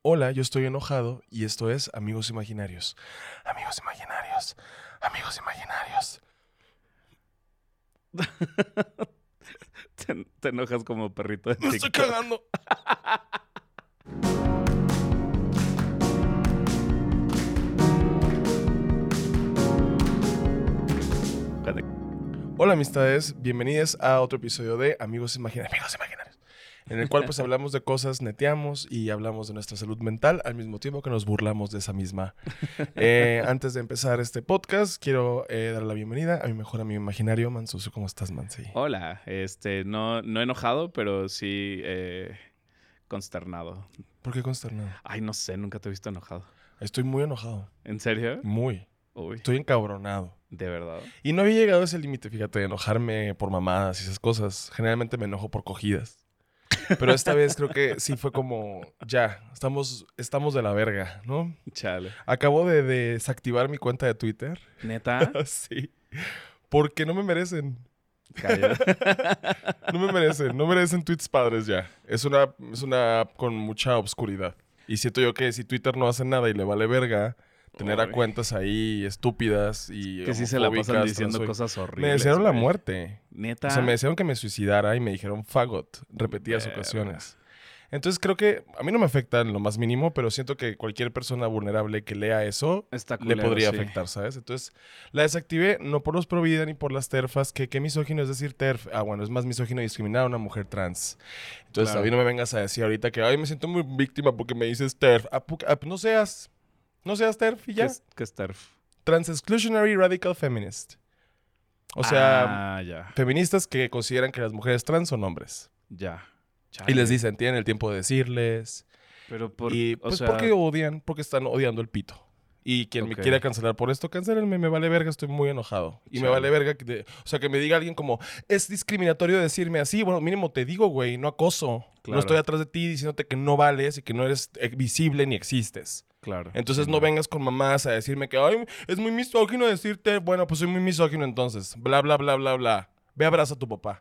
Hola, yo estoy enojado y esto es Amigos Imaginarios. Amigos Imaginarios. Amigos Imaginarios. Te enojas como perrito de ¡Me estoy TikTok. cagando! Hola amistades, bienvenidos a otro episodio de Amigos Imaginarios, en el cual pues hablamos de cosas, neteamos y hablamos de nuestra salud mental al mismo tiempo que nos burlamos de esa misma. Antes de empezar este podcast, quiero dar la bienvenida a mi mejor amigo imaginario, Mansuso. ¿Cómo estás, Mansi? Hola, no enojado, pero sí consternado. ¿Por qué consternado? Ay, no sé, nunca te he visto enojado. Estoy muy enojado, ¿En serio? muy. Uy, Estoy encabronado. ¿de verdad? Y no había llegado a ese límite, fíjate, de enojarme por mamadas y esas cosas. Generalmente me enojo por cogidas. Pero esta vez creo que sí fue como, ya, estamos de la verga, ¿no? Chale. Acabo de desactivar mi cuenta de Twitter. ¿Neta? Sí. Porque no me merecen. Calla. No merecen tweets padres ya. Es una app con mucha obscuridad. Y siento yo que si Twitter no hace nada y le vale verga tener a Uy. cuentas ahí estúpidas y Que sí se la pasan homofóbicas, diciendo transfo- cosas horribles. Me desearon la güey. muerte. ¿Neta? O sea, me desearon que me suicidara y me dijeron fagot repetidas Verga. ocasiones. Entonces creo que a mí no me afecta en lo más mínimo, pero siento que cualquier persona vulnerable que lea eso Está le culero, podría sí. afectar, ¿sabes? Entonces la desactivé no por los pro vida ni por las terfas, que qué misógino es decir terf. Ah, bueno, es más misógino discriminar a una mujer trans. Entonces Claro. a mí no me vengas a decir ahorita que, ay, me siento muy víctima porque me dices terf. No seas terf y ya. ¿Qué es TERF? Trans-exclusionary radical feminist. O sea, ya. feministas que consideran que las mujeres trans son hombres. Ya. Y les Chale. dicen, tienen el tiempo de decirles. Pero Y o pues sea, porque odian, porque están odiando el pito. Y quien me Ok. quiera cancelar por esto, cancélenme, me vale verga, estoy muy enojado. Y me Chale. vale verga, o sea, que me diga alguien como, es discriminatorio decirme así. Bueno, mínimo te digo, güey, no acoso. Claro. No estoy atrás de ti diciéndote que no vales y que no eres visible ni existes. claro. Entonces Sí, no vengas con mamás a decirme que, ay, es muy misógino decirte, bueno, pues soy muy misógino entonces. Bla, bla, bla, bla, bla. Ve, abraza a tu papá.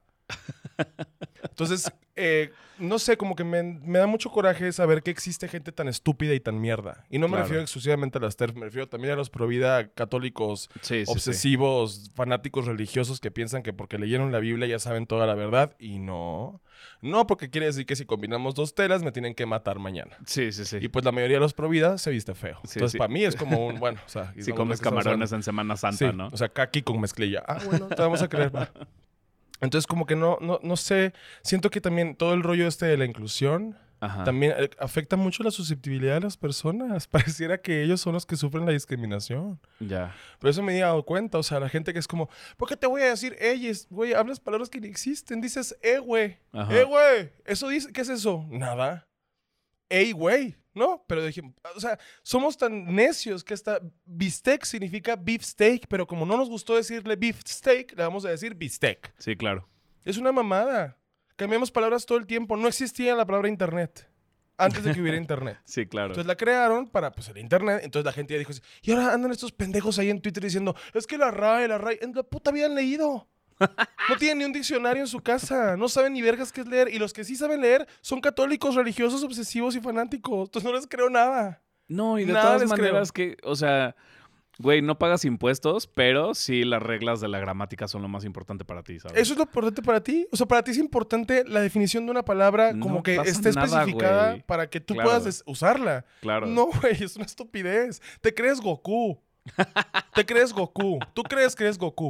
Entonces, no sé, como que me da mucho coraje saber que existe gente tan estúpida y tan mierda. Y no me Claro. refiero exclusivamente a las TERF, me refiero también a los provida católicos, Sí, sí. obsesivos, fanáticos religiosos que piensan que porque leyeron la Biblia ya saben toda la verdad. Y no. No, porque quiere decir que si combinamos dos telas me tienen que matar mañana. Sí, sí, sí. Y pues la mayoría de los provida se viste feo. Sí, Entonces, sí. para mí es como un, bueno, o sea... Si no, comes que estamos camarones hablando. en Semana Santa, Sí, ¿no? o sea, kaki con mezclilla. Ah, bueno, te vamos a creer, va. Entonces, como que no sé. Siento que también todo el rollo este de la inclusión Ajá. también afecta mucho la susceptibilidad de las personas. Pareciera que ellos son los que sufren la discriminación. Ya. Por eso me he dado cuenta. O sea, la gente que es como, ¿por qué te voy a decir ellas? Güey, hablas palabras que ni existen. Dices, güey. Ajá. Güey. Eso dice, ¿qué es eso? Nada. Ey, güey. No, pero dije, o sea, somos tan necios que hasta bistec significa beef steak, pero como no nos gustó decirle beef steak, le vamos a decir bistec. Sí, claro. Es una mamada. Cambiamos palabras todo el tiempo. No existía la palabra internet antes de que hubiera internet. Sí, claro. Entonces la crearon para pues el internet. Entonces la gente ya dijo así, y ahora andan estos pendejos ahí en Twitter diciendo, es que la RAE, en la puta vida han leído. No tienen ni un diccionario en su casa. No saben ni vergas qué es leer. Y los que sí saben leer son católicos, religiosos, obsesivos y fanáticos. Entonces no les creo nada. No, y de Nada todas les creo. maneras que, o sea, güey, no pagas impuestos, pero sí las reglas de la gramática son lo más importante para ti, ¿sabes? ¿Eso es lo importante para ti? O sea, para ti es importante la definición de una palabra como No que pasa esté nada, especificada güey. para que tú Claro. puedas usarla. Claro. No, güey, es una estupidez. Te crees Goku. Te crees Goku. Tú crees que eres Goku.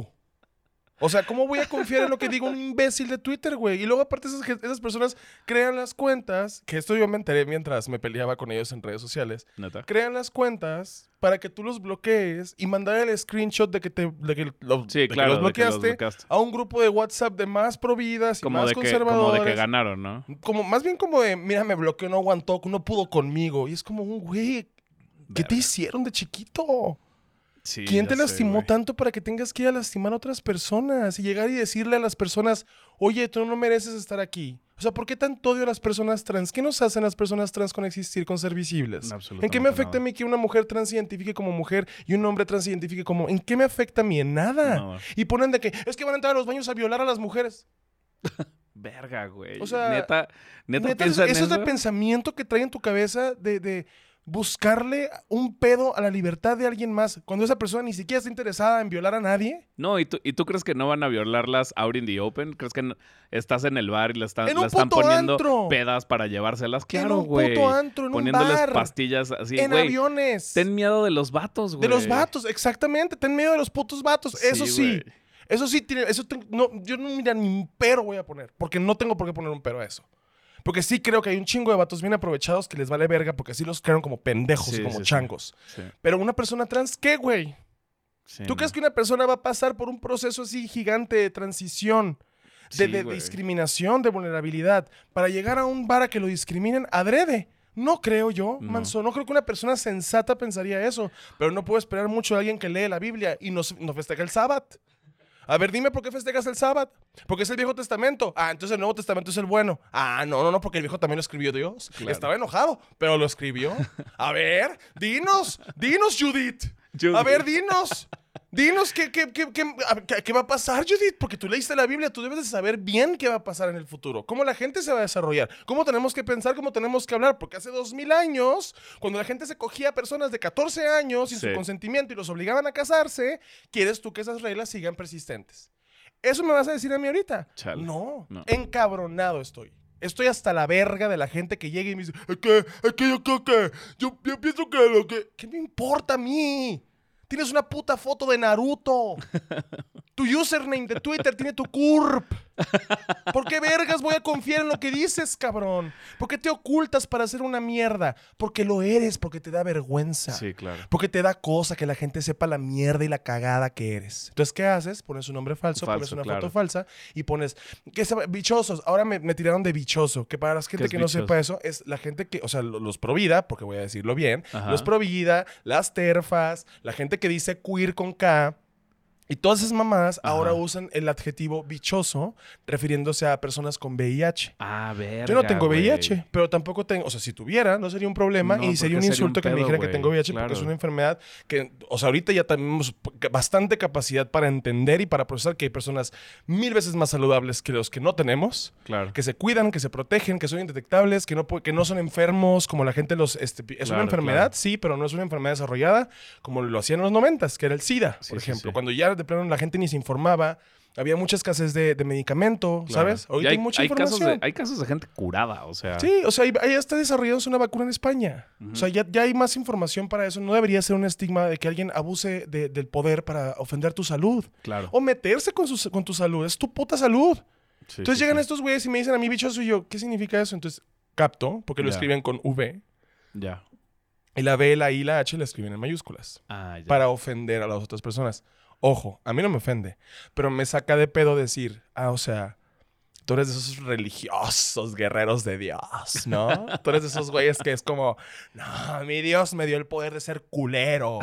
O sea, ¿cómo voy a confiar en lo que diga un imbécil de Twitter, güey? Y luego, aparte, esas personas crean las cuentas, que esto yo me enteré mientras me peleaba con ellos en redes sociales, Neta. crean las cuentas para que tú los bloquees y mandar el screenshot de que, Sí, de claro, que los de que los bloqueaste bloqueaste. a un grupo de WhatsApp de más providas y Como más de, como conservadores. de que ganaron, ¿no? Más bien como de, mira, me bloqueó, no aguantó, no pudo conmigo. Y es como un, güey, ¿qué te Verga. hicieron de chiquito? Sí, ¿Quién ya te sé, lastimó güey. tanto para que tengas que ir a lastimar a otras personas? Y llegar y decirle a las personas, oye, tú no mereces estar aquí. O sea, ¿por qué tanto odio a las personas trans? ¿Qué nos hacen las personas trans con existir, con ser visibles? Absolutamente ¿En qué me afecta nada. a mí que una mujer trans se identifique como mujer y un hombre trans se identifique como... ¿En qué me afecta a mí? En nada. Nada. Y ponen de que, es que van a entrar a los baños a violar a las mujeres. Verga, güey. O sea, neta Neta, piensa en eso es eso. el pensamiento que trae en tu cabeza de buscarle un pedo a la libertad de alguien más, cuando esa persona ni siquiera está interesada en violar a nadie. No, ¿y tú crees que no van a violarlas out in the open? ¿Crees que estás en el bar y le están En un están puto poniendo antro. pedas para llevárselas? En Claro, un güey. puto antro, en un Poniéndoles bar. pastillas así, En güey. aviones. Ten miedo de los vatos, güey. De los vatos, exactamente. Ten miedo de los putos vatos. Eso sí. güey. Eso sí, no, yo no, mira, ni un pero voy a poner. Porque no tengo por qué poner un pero a eso. Porque sí creo que hay un chingo de vatos bien aprovechados que les vale verga porque así los crearon como pendejos Sí, y como sí, changos. Sí, Pero una persona trans, ¿qué, güey? sí, ¿Tú no. crees que una persona va a pasar por un proceso así gigante de transición, Sí, de güey. discriminación, de vulnerabilidad, para llegar a un bar a que lo discriminen adrede? No creo yo, No. Manso. No creo que una persona sensata pensaría eso. Pero no puedo esperar mucho de alguien que lee la Biblia y no festeja el sábado. A ver, dime por qué festejas el sábado. Porque es el Viejo Testamento. Ah, entonces el Nuevo Testamento es el bueno. Ah, no, porque el Viejo también lo escribió Dios. Claro. Estaba enojado, pero lo escribió. A ver, dinos, Judith. A ver, dinos qué va a pasar, Judith, porque tú leíste la Biblia, tú debes de saber bien qué va a pasar en el futuro, cómo la gente se va a desarrollar, cómo tenemos que pensar, cómo tenemos que hablar, porque hace 2000 años, cuando la gente se cogía a personas de 14 años sin Sí. su consentimiento y los obligaban a casarse, ¿quieres tú que esas reglas sigan persistentes? ¿Eso me vas a decir a mí ahorita? Chale. No, No. encabronado estoy. Estoy hasta la verga de la gente que llega y me dice, yo pienso que lo que... ¿Qué me importa a mí? Tienes una puta foto de Naruto. Tu username de Twitter tiene tu CURP. ¿Por qué vergas voy a confiar en lo que dices, cabrón? ¿Por qué te ocultas para hacer una mierda? Porque lo eres, porque te da vergüenza. Sí, claro. Porque te da cosa que la gente sepa la mierda y la cagada que eres. Entonces, ¿qué haces? Pones un nombre falso, pones una claro. foto falsa y pones... bichosos. Ahora me tiraron de bichoso. Que para la gente es que no bichoso? sepa eso, es la gente que... O sea, los pro vida, porque voy a decirlo bien. Ajá. Los pro vida, las terfas, la gente que dice queer con K... Y todas esas mamadas Ajá. ahora usan el adjetivo bichoso refiriéndose a personas con VIH. Ah, verga, Yo no tengo güey. VIH, pero tampoco tengo... O sea, si tuviera, no sería un problema No, y sería un porque sería insulto un que me pedo, dijera que güey. tengo VIH Claro. porque es una enfermedad que... O sea, ahorita ya tenemos bastante capacidad para entender y para procesar que hay personas 1000 veces más saludables que los que no tenemos, Claro. que se cuidan, que se protegen, que son indetectables, que no son enfermos como la gente los... es Claro, una enfermedad, claro. sí, pero no es una enfermedad desarrollada como lo hacían en los 90s, que era el SIDA, Sí, por sí, ejemplo. sí. Cuando ya de plano la gente ni se informaba, había mucha escasez de medicamento, Claro. ¿sabes? Ahorita Y hay mucha información. Hay casos de gente curada, o sea. Sí, o sea, ahí está desarrollándose una vacuna en España. O sea, ya hay más información para eso. No debería ser un estigma de que alguien abuse del poder para ofender tu salud. Claro. O meterse con tu salud. Es tu puta salud. Sí, Entonces sí, llegan sí. estos güeyes y me dicen a mí bichoso y yo, ¿qué significa eso? Entonces capto, porque lo Ya. escriben con V. Ya. Y la B, la I, la H la escriben en mayúsculas. Ah, ya. Para ofender a las otras personas. Ojo, a mí no me ofende, pero me saca de pedo decir, o sea, tú eres de esos religiosos guerreros de Dios, ¿no? Tú eres de esos güeyes que es como, no, mi Dios me dio el poder de ser culero.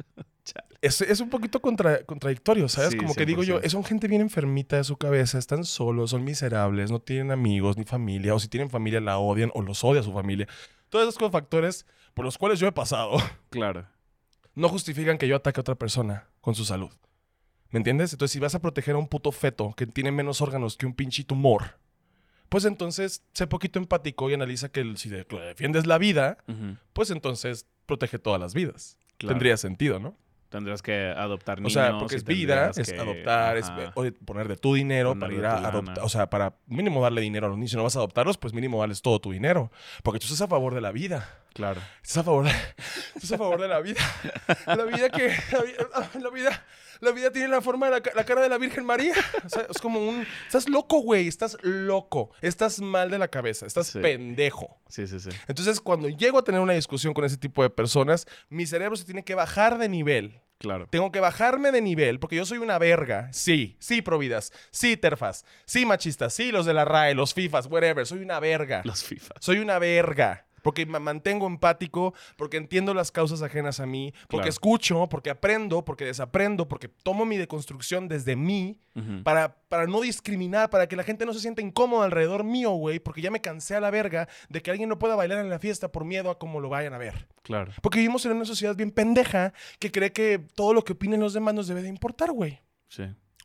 Es un poquito contradictorio, ¿sabes? Sí, Como que digo yo, 100%. son gente bien enfermita de su cabeza, están solos, son miserables, no tienen amigos ni familia, o si tienen familia la odian o los odia su familia. Todos esos factores por los cuales yo he pasado Claro. no justifican que yo ataque a otra persona con su salud. ¿Me entiendes? Entonces, si vas a proteger a un puto feto que tiene menos órganos que un pinche tumor, pues entonces sé poquito empático y analiza que si defiendes la vida, Ujú. pues entonces protege todas las vidas. Claro. Tendría sentido, ¿no? Tendrás que adoptar O niños. sea, porque y es vida, tendrías es que- adoptar, Ajá. es poner de tu dinero Poner para de ir tu a lana. adoptar. O sea, para mínimo darle dinero a los niños. Si no vas a adoptarlos, pues mínimo darles todo tu dinero. Porque tú estás a favor de la vida. Claro. Estás a favor de la vida. La vida que... La vida tiene la forma de la cara de la Virgen María. O sea, es como un... Estás loco, güey. Estás loco. Estás mal de la cabeza. Estás Sí. pendejo. Sí, sí, sí. Entonces, cuando llego a tener una discusión con ese tipo de personas, mi cerebro se tiene que bajar de nivel. Claro. Tengo que bajarme de nivel porque yo soy una verga. Sí, providas. Sí, terfas. Sí, machistas. Sí, los de la RAE, los FIFAs, whatever. Soy una verga. Los FIFA. Soy una verga. Porque me mantengo empático, porque entiendo las causas ajenas a mí, porque Claro. escucho, porque aprendo, porque desaprendo, porque tomo mi deconstrucción desde mí Ujú. para no discriminar, para que la gente no se sienta incómoda alrededor mío, güey, porque ya me cansé a la verga de que alguien no pueda bailar en la fiesta por miedo a cómo lo vayan a ver. Claro. Porque vivimos en una sociedad bien pendeja que cree que todo lo que opinen los demás nos debe de importar, güey. Sí.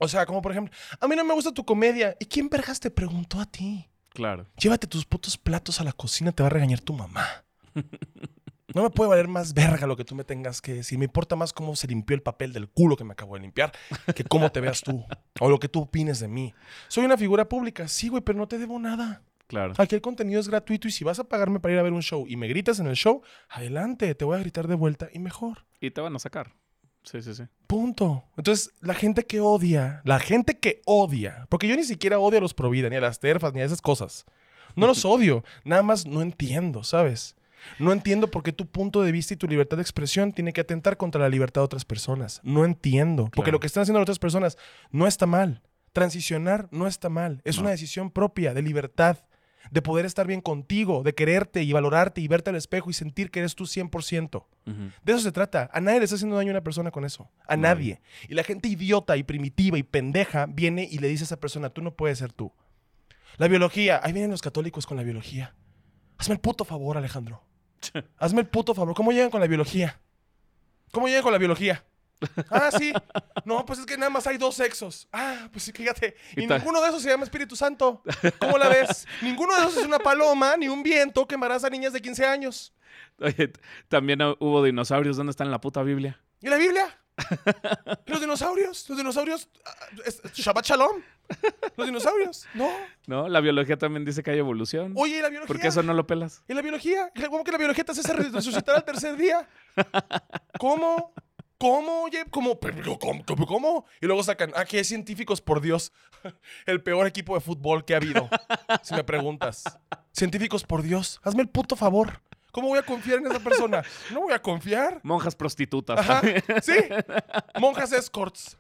O sea, como por ejemplo, a mí no me gusta tu comedia. ¿Y quién vergas te preguntó a ti? Claro. Llévate tus putos platos a la cocina, te va a regañar tu mamá. No me puede valer más verga lo que tú me tengas que decir. Me importa más cómo se limpió el papel del culo que me acabo de limpiar que cómo te veas tú o lo que tú opines de mí. Soy una figura pública, sí, güey, pero no te debo nada. Claro. Aquí el contenido es gratuito y si vas a pagarme para ir a ver un show y me gritas en el show, adelante, te voy a gritar de vuelta y mejor. Y te van a sacar. Sí. Punto. Entonces, la gente que odia, porque yo ni siquiera odio a los Provida, ni a las terfas, ni a esas cosas. No los odio, nada más no entiendo, ¿sabes? No entiendo por qué tu punto de vista y tu libertad de expresión tiene que atentar contra la libertad de otras personas. No entiendo, porque Claro. lo que están haciendo las otras personas no está mal. Transicionar no está mal, es No. una decisión propia de libertad, de poder estar bien contigo, de quererte y valorarte y verte al espejo y sentir que eres tú 100%. Ujú. De eso se trata. A nadie le está haciendo daño a una persona con eso. A nadie. Y la gente idiota y primitiva y pendeja viene y le dice a esa persona, tú no puedes ser tú. La biología. Ahí vienen los católicos con la biología. Hazme el puto favor, Alejandro. Hazme el puto favor. ¿Cómo llegan con la biología? ¿Cómo llegan con la biología? Ah, sí. No, pues es que nada más hay 2 sexos. Ah, pues sí, fíjate. Y ninguno de esos se llama Espíritu Santo. ¿Cómo la ves? Ninguno de esos es una paloma ni un viento que embaraza a niñas de 15 años. Oye, también hubo dinosaurios. ¿Dónde está en la puta Biblia? ¿Y la Biblia? ¿Y los dinosaurios? ¿Los dinosaurios? Shabbat Shalom. ¿Los dinosaurios? No. No, la biología también dice que hay evolución. Oye, ¿y la biología? ¿Por qué eso no lo pelas? ¿Y la biología? ¿Cómo que la biología te hace resucitar al tercer día? ¿Cómo? ¿Cómo? Oye, ¿cómo? Y luego sacan, ¿qué es científicos? Por Dios. El peor equipo de fútbol que ha habido. Si me preguntas. Científicos, por Dios. Hazme el puto favor. ¿Cómo voy a confiar en esa persona? No voy a confiar. Monjas prostitutas. Ajá, sí. Monjas escorts.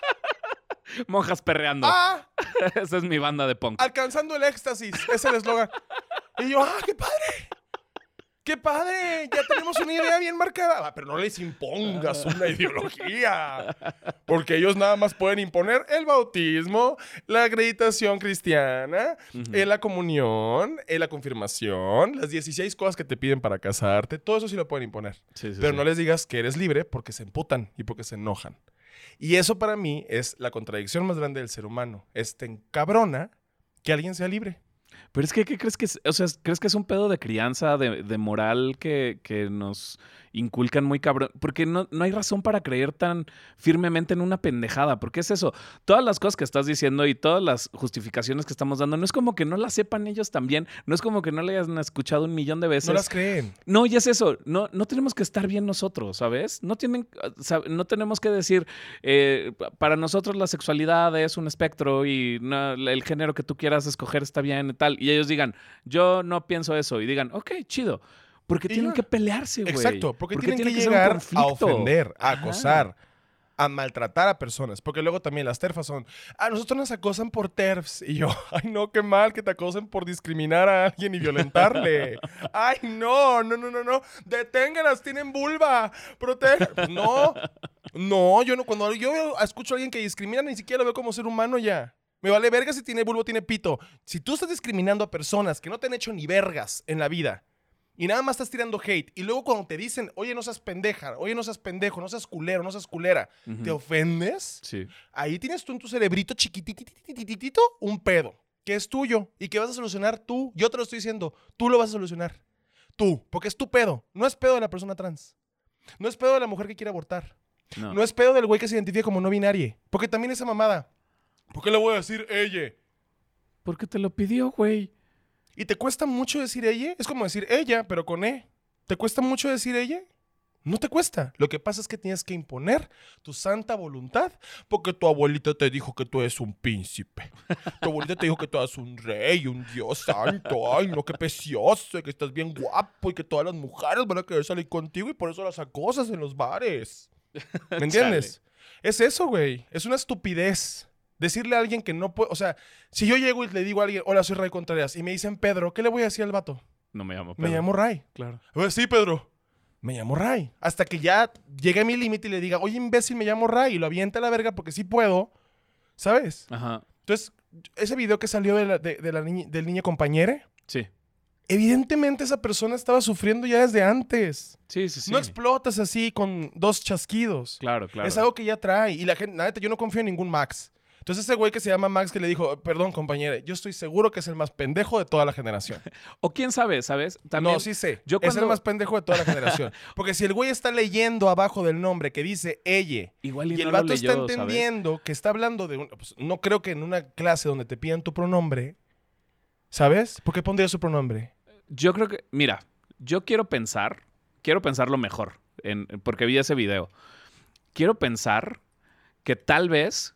Monjas perreando. Esa es mi banda de punk. Alcanzando el éxtasis. Es el eslogan. Y yo, ¡qué padre! ¡Qué padre! Ya tenemos una idea bien marcada. Pero no les impongas una ideología. Porque ellos nada más pueden imponer el bautismo, la acreditación cristiana, la comunión, la confirmación, las 16 cosas que te piden para casarte. Todo eso sí lo pueden imponer. Sí, Pero no les digas que eres libre porque se emputan y porque se enojan. Y eso para mí es la contradicción más grande del ser humano. Te encabrona que alguien sea libre. Pero es que, ¿qué crees que es? O sea, ¿crees que es un pedo de crianza, de moral que nos inculcan muy cabrón? Porque no hay razón para creer tan firmemente en una pendejada. Porque es eso. Todas las cosas que estás diciendo y todas las justificaciones que estamos dando, no es como que no las sepan ellos también. No es como que no le hayan escuchado 1,000,000 de veces. No las creen. No, y es eso. No tenemos que estar bien nosotros, ¿sabes? No tenemos que decir, para nosotros la sexualidad es un espectro y el género que tú quieras escoger está bien y tal. Y ellos digan, yo no pienso eso. Y digan, ok, chido. Porque tienen que pelearse, güey. Exacto. Porque tienen que ser un llegar a conflicto. ofender, a acosar, a maltratar a personas. Porque luego también las terfas son, nosotros nos acosan por terfs. Y yo, ay, no, qué mal que te acosen por discriminar a alguien y violentarle. Ay, no. Deténganlas, tienen vulva. Pues no, yo no. Cuando yo escucho a alguien que discrimina, ni siquiera lo veo como ser humano ya. Me vale verga si tiene vulva o tiene pito. Si tú estás discriminando a personas que no te han hecho ni vergas en la vida y nada más estás tirando hate y luego cuando te dicen, oye, no seas pendeja, oye, no seas pendejo, no seas culero, no seas culera, ¿te ofendes? Sí. Ahí tienes tú en tu cerebrito chiquititititito un pedo que es tuyo y que vas a solucionar tú. Yo te lo estoy diciendo, tú lo vas a solucionar. Tú, porque es tu pedo. No es pedo de la persona trans. No es pedo de la mujer que quiere abortar. No es pedo del güey que se identifica como no binario. Porque también esa mamada. ¿Por qué le voy a decir ella? Porque te lo pidió, güey. ¿Y te cuesta mucho decir ella? Es como decir ella, pero con E. ¿Te cuesta mucho decir ella? No te cuesta. Lo que pasa es que tienes que imponer tu santa voluntad porque tu abuelita te dijo que tú eres un príncipe. Tu abuelita te dijo que tú eres un rey, un dios santo. Ay, no, qué precioso, que estás bien guapo y que todas las mujeres van a querer salir contigo y por eso las acosas en los bares. ¿Me entiendes? Es eso, güey. Es una estupidez. Decirle a alguien que no puede... O sea, si yo llego y le digo a alguien, hola, soy Ray Contreras, y me dicen Pedro, ¿qué le voy a decir al vato? No me llamo Pedro. Me llamo Ray. Claro. Pues sí, Pedro. Me llamo Ray. Hasta que ya llegue a mi límite y le diga, oye, imbécil, me llamo Ray. Y lo avienta a la verga porque sí puedo. ¿Sabes? Ajá. Entonces, ese video que salió del niño compañere, Sí. evidentemente esa persona estaba sufriendo ya desde antes. Sí. No explotas así con 2 chasquidos. Claro. Es algo que ya trae. Y la gente, la neta, yo no confío en ningún Max. Entonces ese güey que se llama Max que le dijo, perdón, compañera, yo estoy seguro que es el más pendejo de toda la generación. O quién sabe, ¿sabes? También, No, sí sé. yo Es el cuando- más pendejo de toda la generación. Porque si el güey está leyendo abajo del nombre que dice ella igual y y el no vato lo leyó, está entendiendo que está hablando de un... Pues, no creo que en una clase donde te pidan tu pronombre, ¿sabes? ¿Por qué pondría su pronombre? ¿sabes? Yo creo que, mira, yo quiero pensarlo mejor, porque vi ese video. Quiero pensar que tal vez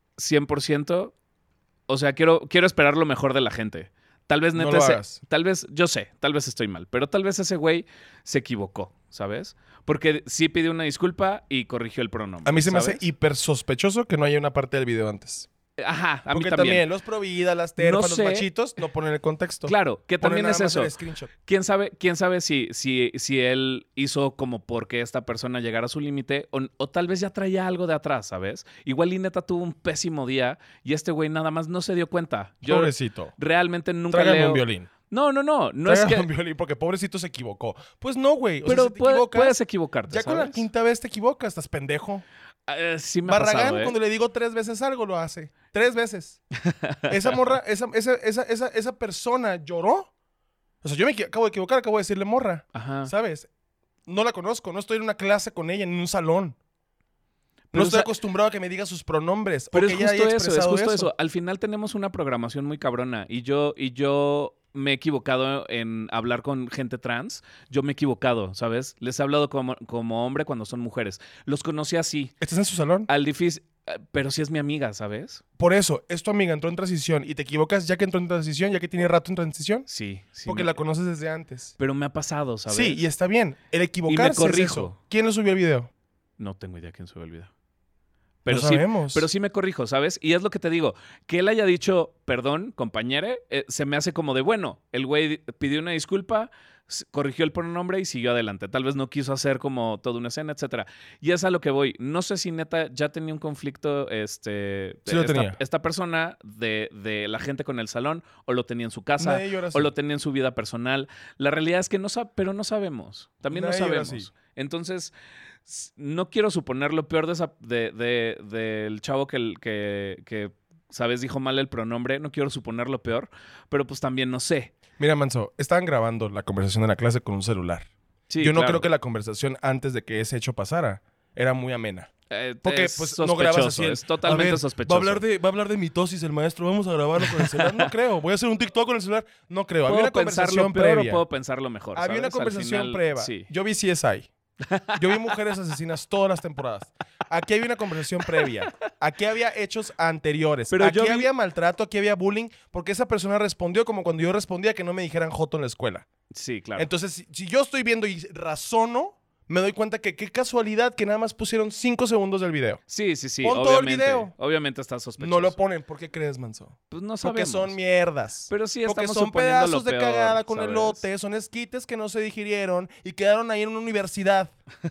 100%, o sea, quiero esperar lo mejor de la gente. Tal vez No neta, lo hagas. tal vez, yo sé, tal vez estoy mal, pero tal vez ese güey se equivocó, ¿sabes? Porque sí pidió una disculpa y corrigió el pronombre. A mí se me ¿sabes? hace hiper sospechoso que no haya una parte del video antes. Ajá, a mí Porque también. los pro vida, las terfas, No los sé. machitos no ponen el contexto. Claro, que Ponen también nada es más eso. el screenshot. ¿Quién sabe si él hizo como porque esta persona llegara a su límite o tal vez ya traía algo de atrás, ¿sabes? Igual y neta tuvo un pésimo día y este güey nada más no se dio cuenta. Yo Pobrecito. realmente nunca Tráigame leo... un violín. No es Tráigame que... un violín porque pobrecito se equivocó. Pues no, güey. O Pero sea, si te equivocas, puedes equivocarte, ya con la ¿sabes? quinta vez te equivocas, estás pendejo. Sí me ha Barragán, pasado, ¿eh? cuando le digo 3 veces algo, lo hace. 3 veces. Esa morra, esa persona lloró. O sea, yo me acabo de equivocar, acabo de decirle morra. Ajá. ¿Sabes? No la conozco, no estoy en una clase con ella, ni en un salón. Pero, No estoy o sea, acostumbrado a que me diga sus pronombres. Pero o es que ella justo haya eso, es expresado justo eso. Al final tenemos una programación muy cabrona y yo me he equivocado en hablar con gente trans. Yo me he equivocado, ¿sabes? Les he hablado como hombre cuando son mujeres. Los conocí así, ¿Estás en su salón? al difícil, pero sí es mi amiga, ¿sabes? Por eso, es tu amiga, entró en transición y te equivocas ya que entró en transición, ya que tiene rato en transición. Sí. Porque la conoces desde antes. Pero me ha pasado, ¿sabes? Sí, y está bien. El equivocarse es corrijo. eso. ¿Quién lo subió el video? No tengo idea quién subió el video. No sabemos. Pero sí me corrijo, ¿sabes? Y es lo que te digo. Que él haya dicho, perdón, compañere, se me hace como de, bueno, el güey pidió una disculpa, corrigió el pronombre y siguió adelante. Tal vez no quiso hacer como toda una escena, etcétera. Y es a lo que voy. No sé si neta ya tenía un conflicto Sí lo tenía. esta persona de la gente con el salón, o lo tenía en su casa, Nadie llora así. o lo tenía en su vida personal. La realidad es que pero no sabemos. También Nadie no llora sabemos. así. Entonces, no quiero suponer lo peor del chavo que, ¿sabes? Dijo mal el pronombre. No quiero suponer lo peor, pero pues también no sé. Mira, Manso, estaban grabando la conversación en la clase con un celular. Sí, Yo no claro. creo que la conversación antes de que ese hecho pasara era muy amena. Porque Es pues no grabas así. es totalmente A ver, sospechoso. Va a hablar de mitosis el maestro. Vamos a grabarlo con el celular. No creo. Voy a hacer un TikTok con el celular. No creo. Había una ¿Puedo pensarlo conversación peor previa. o puedo pensarlo mejor? Había una ¿sabes? Al conversación final, previa. Sí. Yo vi CSI. Yo vi Mujeres Asesinas todas las temporadas. Aquí había una conversación previa. Aquí había hechos anteriores. Pero aquí yo vi- había maltrato, aquí había bullying, porque esa persona respondió como cuando yo respondía que no me dijeran joto en la escuela. Sí, claro. Entonces, si yo estoy viendo y razono, me doy cuenta que qué casualidad que nada más pusieron 5 segundos del video. Sí. Pon todo el Obviamente. video. Obviamente está sospechoso. No lo ponen. ¿Por qué crees, Manso? Pues no Porque sabemos. son mierdas. Pero sí Porque estamos son suponiendo pedazos lo de peor, cagada con ¿sabes? elote, son esquites que no se digirieron y quedaron ahí en una universidad.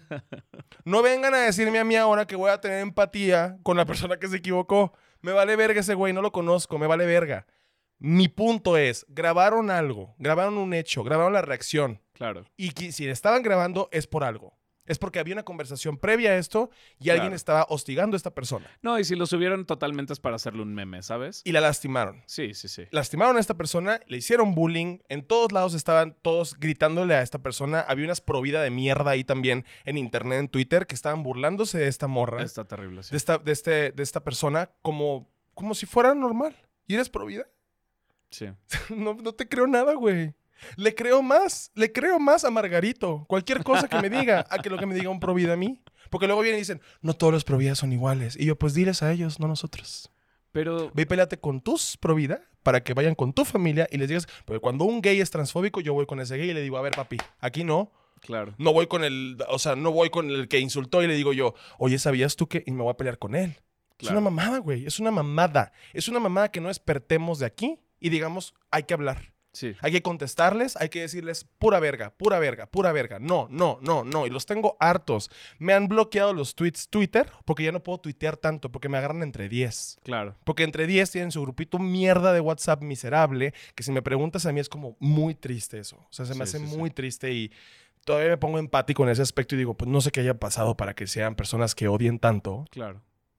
No vengan a decirme a mí ahora que voy a tener empatía con la persona que se equivocó. Me vale verga ese güey, no lo conozco, me vale verga. Mi punto es, grabaron algo, grabaron un hecho, grabaron la reacción. Claro. Y si le estaban grabando es por algo. Es porque había una conversación previa a esto y alguien Claro. estaba hostigando a esta persona. No, y si lo subieron totalmente es para hacerle un meme, ¿sabes? Y la lastimaron. Sí. Lastimaron a esta persona, le hicieron bullying, en todos lados estaban todos gritándole a esta persona, había unas pro vida de mierda ahí también en internet, en Twitter, que estaban burlándose de esta morra, Está terrible, sí. de esta persona, como si fuera normal. ¿Y eres pro vida? Sí. No te creo nada, güey. Le creo más a Margarito, cualquier cosa que me diga, a que lo que me diga un pro vida a mí. Porque luego vienen y dicen, no todos los pro vida son iguales. Y yo, pues diles a ellos, no a nosotros. Pero Ve y pélate con tus pro vida para que vayan con tu familia y les digas, porque cuando un gay es transfóbico, yo voy con ese gay y le digo, a ver, papi, aquí no. claro. No voy con no voy con el que insultó y le digo yo, oye, ¿sabías tú que? Y me voy a pelear con él. Es Claro. una mamada, güey. Es una mamada. Es una mamada que no despertemos de aquí y digamos, hay que hablar. Sí. Hay que contestarles, hay que decirles pura verga, pura verga, pura verga. No. Y los tengo hartos. Me han bloqueado los tweets Twitter porque ya no puedo tuitear tanto porque me agarran entre 10. Claro. Porque entre 10 tienen su grupito mierda de WhatsApp miserable, que si me preguntas a mí es como muy triste eso. O sea, se me hace muy triste y todavía me pongo empático en ese aspecto y digo, pues no sé qué haya pasado para que sean personas que odien tanto. Claro.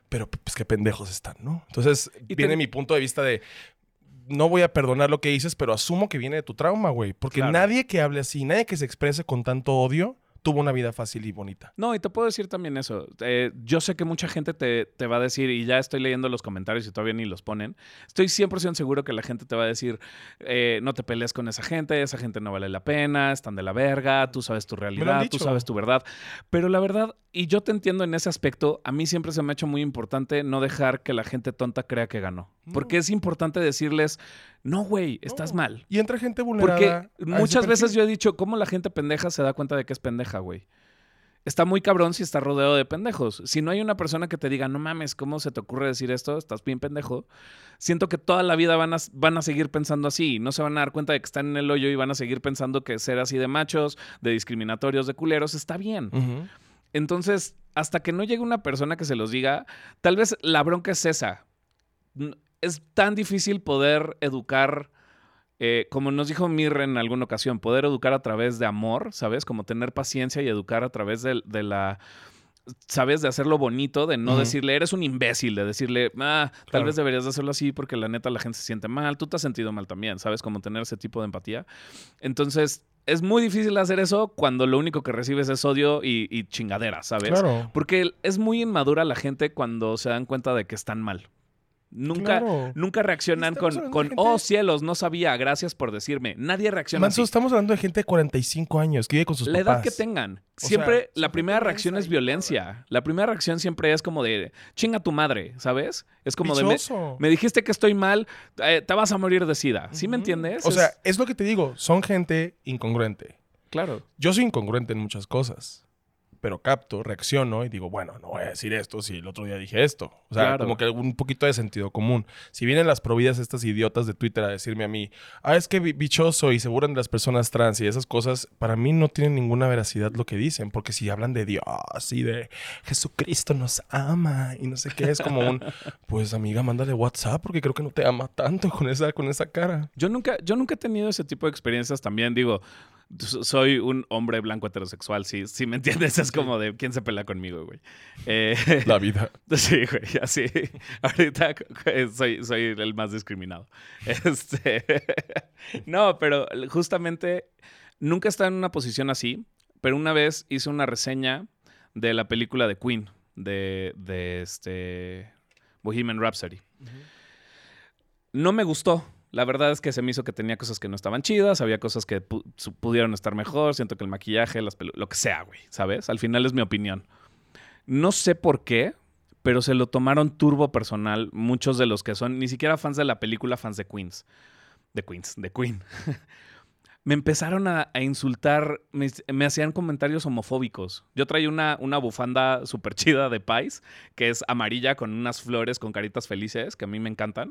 pero pues qué pendejos están, ¿no? Entonces Y viene mi punto de vista de no voy a perdonar lo que dices, pero asumo que viene de tu trauma, güey. Porque Claro. nadie que hable así, nadie que se exprese con tanto odio, tuvo una vida fácil y bonita. No, y te puedo decir también eso. Yo sé que mucha gente te va a decir, y ya estoy leyendo los comentarios y todavía ni los ponen, estoy 100% seguro que la gente te va a decir, no te pelees con esa gente no vale la pena, están de la verga, tú sabes tu Me lo han realidad, tú dicho. sabes tu verdad. Pero la verdad, y yo te entiendo en ese aspecto, a mí siempre se me ha hecho muy importante no dejar que la gente tonta crea que ganó. No. Porque es importante decirles, no, güey, estás No. mal. Y entra gente Porque vulnerada. muchas veces yo he dicho, ¿cómo la gente pendeja se da cuenta de que es pendeja, güey? Está muy cabrón si está rodeado de pendejos. Si no hay una persona que te diga, no mames, ¿cómo se te ocurre decir esto? Estás bien pendejo. Siento que toda la vida van a seguir pensando así. No se van a dar cuenta de que están en el hoyo y van a seguir pensando que ser así de machos, de discriminatorios, de culeros, está bien. Ujú. Entonces, hasta que no llegue una persona que se los diga, tal vez la bronca es esa. Es tan difícil poder educar, como nos dijo Mir en alguna ocasión, poder educar a través de amor, ¿sabes? Como tener paciencia y educar a través de la... ¿Sabes? De hacerlo bonito, de no Ujú. decirle, eres un imbécil, de decirle, tal Claro. vez deberías de hacerlo así porque la neta la gente se siente mal, tú te has sentido mal también, ¿sabes? Como tener ese tipo de empatía. Entonces, es muy difícil hacer eso cuando lo único que recibes es odio y chingadera, ¿sabes? Claro. Porque es muy inmadura la gente cuando se dan cuenta de que están mal. Nunca, Claro. nunca reaccionan Estamos con, hablando de gente- oh cielos, no sabía, gracias por decirme. Nadie reacciona Manso, así. estamos hablando de gente de 45 años que vive con sus La papás. edad que tengan. O Siempre sea, la son primera gente reacción mensa es y violencia. La primera reacción siempre es como de chinga tu madre, ¿sabes? Es como de Dichoso. me dijiste que estoy mal, te vas a morir de sida. ¿Sí me Ujú. entiendes? O sea, es lo que te digo. Son gente incongruente. claro. Yo soy incongruente en muchas cosas. Pero capto, reacciono y digo, bueno, no voy a decir esto si el otro día dije esto. O sea, Claro. como que un poquito de sentido común. Si vienen las providas estas idiotas de Twitter a decirme a mí, es que bichoso y se burlan de las personas trans y esas cosas, para mí no tienen ninguna veracidad lo que dicen. Porque si hablan de Dios y de Jesucristo nos ama y no sé qué, es como un, pues amiga, mándale WhatsApp porque creo que no te ama tanto con esa cara. Yo nunca he tenido ese tipo de experiencias también. Digo, soy un hombre blanco heterosexual, sí me entiendes. Es como de quién se pelea conmigo, güey. La vida. Sí, güey, así. Ahorita soy el más discriminado. No, pero justamente nunca he estado en una posición así, pero una vez hice una reseña de la película de Queen, de Bohemian Rhapsody. No me gustó. La verdad es que se me hizo que tenía cosas que no estaban chidas, había cosas que pudieron estar mejor, siento que el maquillaje, lo que sea, güey, ¿sabes? Al final es mi opinión. No sé por qué, pero se lo tomaron turbo personal muchos de los que son ni siquiera fans de la película, fans de Queen. Me empezaron a insultar, me hacían comentarios homofóbicos. Yo traía una bufanda súper chida de Pies, que es amarilla con unas flores con caritas felices, que a mí me encantan.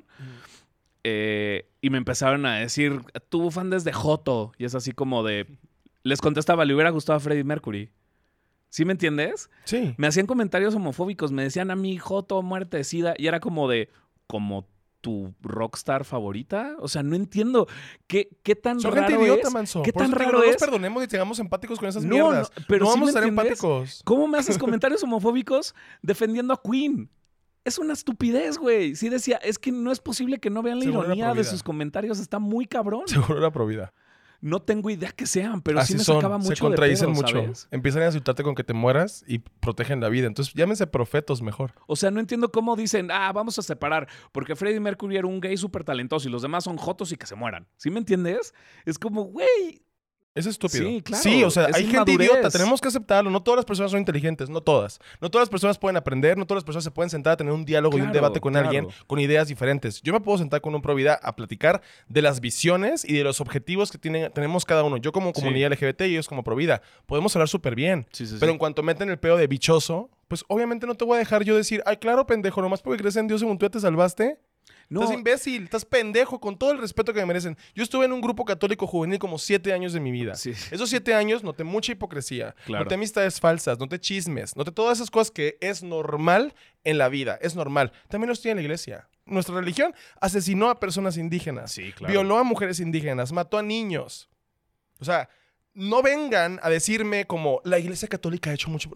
Y me empezaron a decir, tu bufanda es de joto. Y es así como de... Les contestaba, le hubiera gustado a Freddie Mercury. ¿Sí me entiendes? Sí. Me hacían comentarios homofóbicos, me decían a mí, joto, muerte de sida. Y era como de... ¿Como tu rockstar favorita? O sea, no entiendo. ¿Qué tan Son raro gente idiota, es? manso. ¿Qué Por tan eso te digo, raro no es? nos perdonemos y tengamos empáticos con esas No, mierdas. pero no ¿sí vamos a me ser entiendes? empáticos. ¿Cómo me haces comentarios homofóbicos defendiendo a Queen? Es una estupidez, güey. Sí decía, es que no es posible que no vean la Seguro era ironía de provida. sus comentarios. Está muy cabrón. Seguro era provida. No tengo idea que sean, pero Así sí me son, sacaba mucho se contradicen de pedo, mucho. ¿sabes? Empiezan a insultarte con que te mueras y protegen la vida. Entonces, llámense profetos mejor. O sea, no entiendo cómo dicen, vamos a separar, porque Freddie Mercury era un gay súper talentoso y los demás son jotos y que se mueran. ¿Sí me entiendes? Es como, güey. Es estúpido. Sí, claro, Sí, o sea, es hay gente inmadurez. idiota. Tenemos que aceptarlo. No todas las personas son inteligentes. No todas. No todas las personas pueden aprender. No todas las personas se pueden sentar a tener un diálogo y un Claro, debate con claro. alguien con ideas diferentes. Yo me puedo sentar con un pro vida a platicar de las visiones y de los objetivos que tenemos cada uno. Yo como comunidad LGBT y ellos como pro vida. Podemos hablar súper bien. Sí, sí, Pero sí. en cuanto meten el pedo de bichoso, pues obviamente no te voy a dejar yo decir, ay, claro, pendejo, nomás porque crees en Dios según tú ya te salvaste. No, Estás imbécil, estás pendejo, con todo el respeto que me merecen. Yo estuve en un grupo católico juvenil como 7 años de mi vida. sí. Esos 7 años noté mucha hipocresía, Claro. noté amistades falsas, noté chismes, noté todas esas cosas que es normal en la vida, es normal. También lo estoy en la iglesia. Nuestra religión asesinó a personas indígenas, Sí, claro. violó a mujeres indígenas, mató a niños. O sea, no vengan a decirme como la Iglesia Católica ha hecho mucho.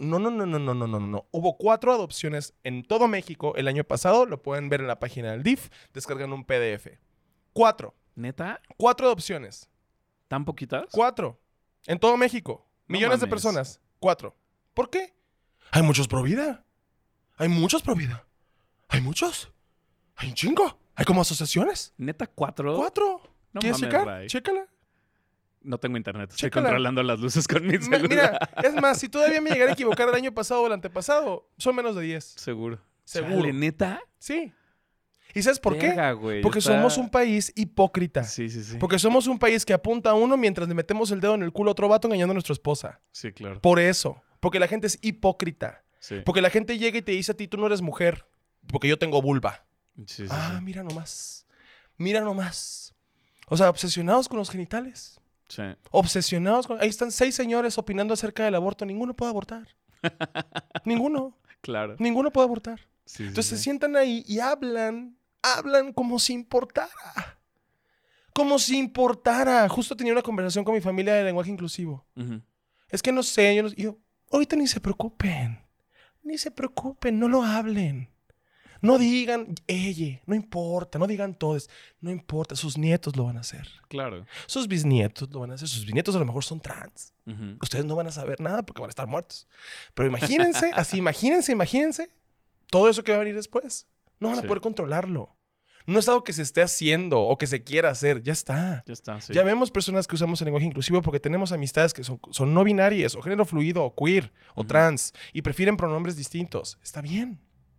No. Hubo 4 adopciones en todo México el año pasado. Lo pueden ver en la página del DIF. Descargan un PDF. 4. ¿Neta? 4 adopciones. ¿Tan poquitas? 4. En todo México. No Millones de mames. personas. 4. ¿Por qué? Hay muchos pro vida. Hay muchos pro vida. Hay muchos. Hay un chingo. Hay como asociaciones. ¿Neta 4? 4. No ¿Quieres mames, checar? Ray. Chécala. No tengo internet. Estoy Chécala. controlando las luces con mi celular. Mira, es más, si todavía me llegara a equivocar el año pasado o el antepasado, son menos de 10. Seguro. Seguro. Chale, ¿neta? Sí. ¿Y sabes por Verga, qué? güey, Porque está- somos un país hipócrita. Sí. Porque somos un país que apunta a uno mientras le metemos el dedo en el culo a otro vato engañando a nuestra esposa. Sí, claro. Por eso. Porque la gente es hipócrita. Sí. Porque la gente llega y te dice a ti, tú no eres mujer. Porque yo tengo vulva. Sí. Mira nomás. Mira nomás. O sea, obsesionados con los genitales. Sí. Obsesionados con... Ahí están 6 señores opinando acerca del aborto. Ninguno puede abortar. Ninguno. Claro. Ninguno puede abortar. Sí, Entonces se sí. sientan ahí y hablan como si importara. Como si importara. Justo tenía una conversación con mi familia de lenguaje inclusivo. Ujú. Es que no sé, yo, ahorita ni se preocupen. Ni se preocupen, no lo hablen. No digan, ella, no importa, no digan todos. No importa, sus nietos lo van a hacer. Claro. Sus bisnietos lo van a hacer. Sus bisnietos a lo mejor son trans. Ujú. Ustedes no van a saber nada porque van a estar muertos. Pero imagínense, así, imagínense todo eso que va a venir después. No van a Sí. poder controlarlo. No es algo que se esté haciendo o que se quiera hacer. Ya está. Ya está, sí. Ya vemos personas que usamos el lenguaje inclusivo porque tenemos amistades que son no binarias o género fluido o queer o Ujú. trans y prefieren pronombres distintos. Está bien.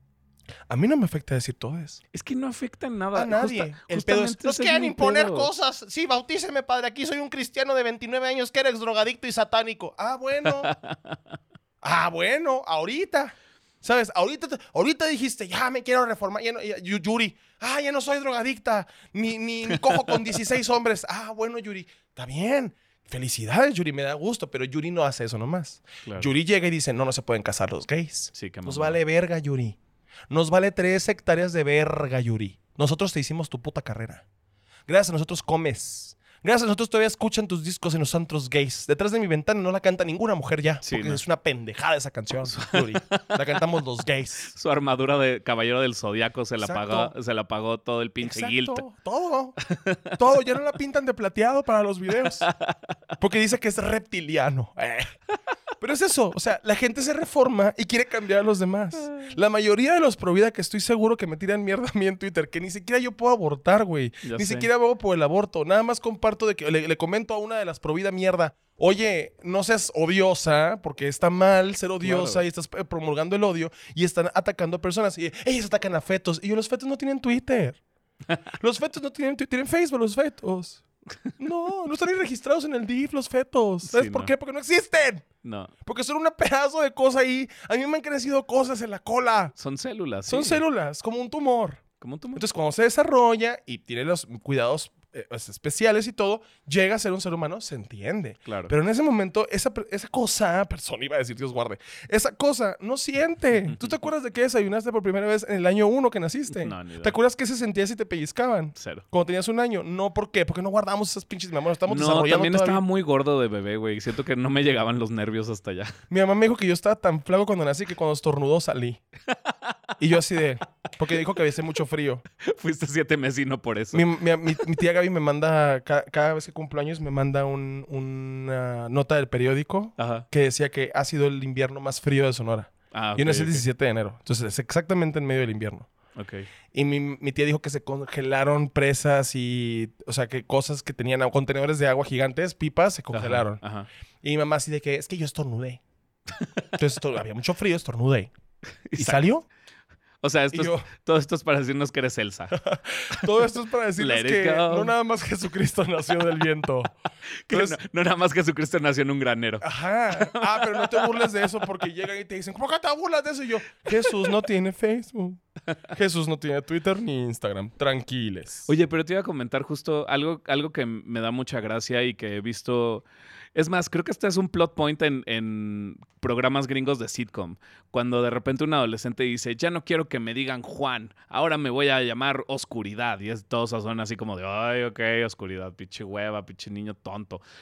A mí no me afecta decir todo eso. Es que no afecta en nada. A nadie. El pedo es, justamente nos ese es quieren mi imponer pedo. cosas. Sí, bautíceme, padre. Aquí soy un cristiano de 29 años que eres drogadicto y satánico. Bueno, ahorita. ¿Sabes? Ahorita dijiste, ya me quiero reformar. Yuri, ya no soy drogadicta. Ni cojo con 16 hombres. Bueno, Yuri, está bien. Felicidades, Yuri, me da gusto. Pero Yuri no hace eso nomás. Claro. Yuri llega y dice, no se pueden casar los gays. Sí, qué Nos mamada. vale verga, Yuri. Nos vale 3 hectáreas de verga, Yuri. Nosotros te hicimos tu puta carrera. Gracias a nosotros comes. Gracias a nosotros todavía escuchan tus discos en los antros gays. Detrás de mi ventana no la canta ninguna mujer ya. Sí, porque no. es una pendejada esa canción, Yuri. La cantamos los gays. Su armadura de caballero del zodiaco se la Exacto. pagó todo el pinche guilt. Todo. Todo. Ya no la pintan de plateado para los videos. Porque dice que es reptiliano. Pero es eso. O sea, la gente se reforma y quiere cambiar a los demás. La mayoría de los pro vida que estoy seguro que me tiran mierda a mí en Twitter, que ni siquiera yo puedo abortar, güey. Ya Ni sé. siquiera abogo por el aborto. Nada más comparto de que le comento a una de las pro vida mierda. Oye, no seas odiosa, porque está mal ser odiosa Claro. y estás promulgando el odio y están atacando a personas. Y ellos atacan a fetos. Y los fetos no tienen Twitter. Los fetos no tienen Twitter. Tienen Facebook los fetos. No están ni registrados en el DIF los fetos. ¿Sabes Sí, por no. qué? Porque no existen. No, Porque son un pedazo de cosa ahí. A mí me han crecido cosas en la cola. son células. Son sí. células, como un tumor. Como un tumor. Entonces, cuando se desarrolla y tiene los cuidados especiales y todo, llega a ser un ser humano, se entiende. Claro. Pero en ese momento, esa persona, iba a decir Dios guarde, esa cosa no siente. ¿Tú te acuerdas de que desayunaste por primera vez en el año 1 que naciste? No, ni idea. ¿Te acuerdas que se sentía si te pellizcaban? Cero. Cuando tenías 1 año. No, ¿por qué? Porque no guardamos esas pinches memorias. Estamos No, desarrollando también todavía. estaba muy gordo de bebé, güey. Siento que no me llegaban los nervios hasta allá. Mi mamá me dijo que yo estaba tan flaco cuando nací que cuando estornudó salí. Y yo así de... Porque dijo que había hace mucho frío. Fuiste 7 meses y no por eso. Mi tía Gaby me manda... Cada vez que cumplo años me manda una nota del periódico Ajá. que decía que ha sido el invierno más frío de Sonora. Ah, Yo nací el ok. 17 de enero. Entonces es exactamente en medio del invierno. Ok. Y mi tía dijo que se congelaron presas y... O sea, que cosas que tenían contenedores de agua gigantes, pipas, se congelaron. Ajá. Y mi mamá así de que... Es que yo estornudé. Entonces había mucho frío, estornudé. ¿Y Exacto. salió? O sea, Y yo... todo esto es para decirnos que eres Elsa. Todo esto es para decirles Let it que go. no nada más Jesucristo nació del viento. Que Entonces, no nada más Jesucristo nació en un granero. ajá. Pero no te burles de eso porque llegan y te dicen, ¿por qué te burlas de eso? Y yo, Jesús no tiene Facebook. Jesús no tiene Twitter ni Instagram. Tranquiles. Oye, pero te iba a comentar justo algo que me da mucha gracia y que he visto. Es más, creo que este es un plot point en programas gringos de sitcom. Cuando de repente un adolescente dice, ya no quiero que me digan Juan, ahora me voy a llamar Oscuridad. Y todos son así como de, ay, ok, Oscuridad, pinche hueva, pinche niño tonto.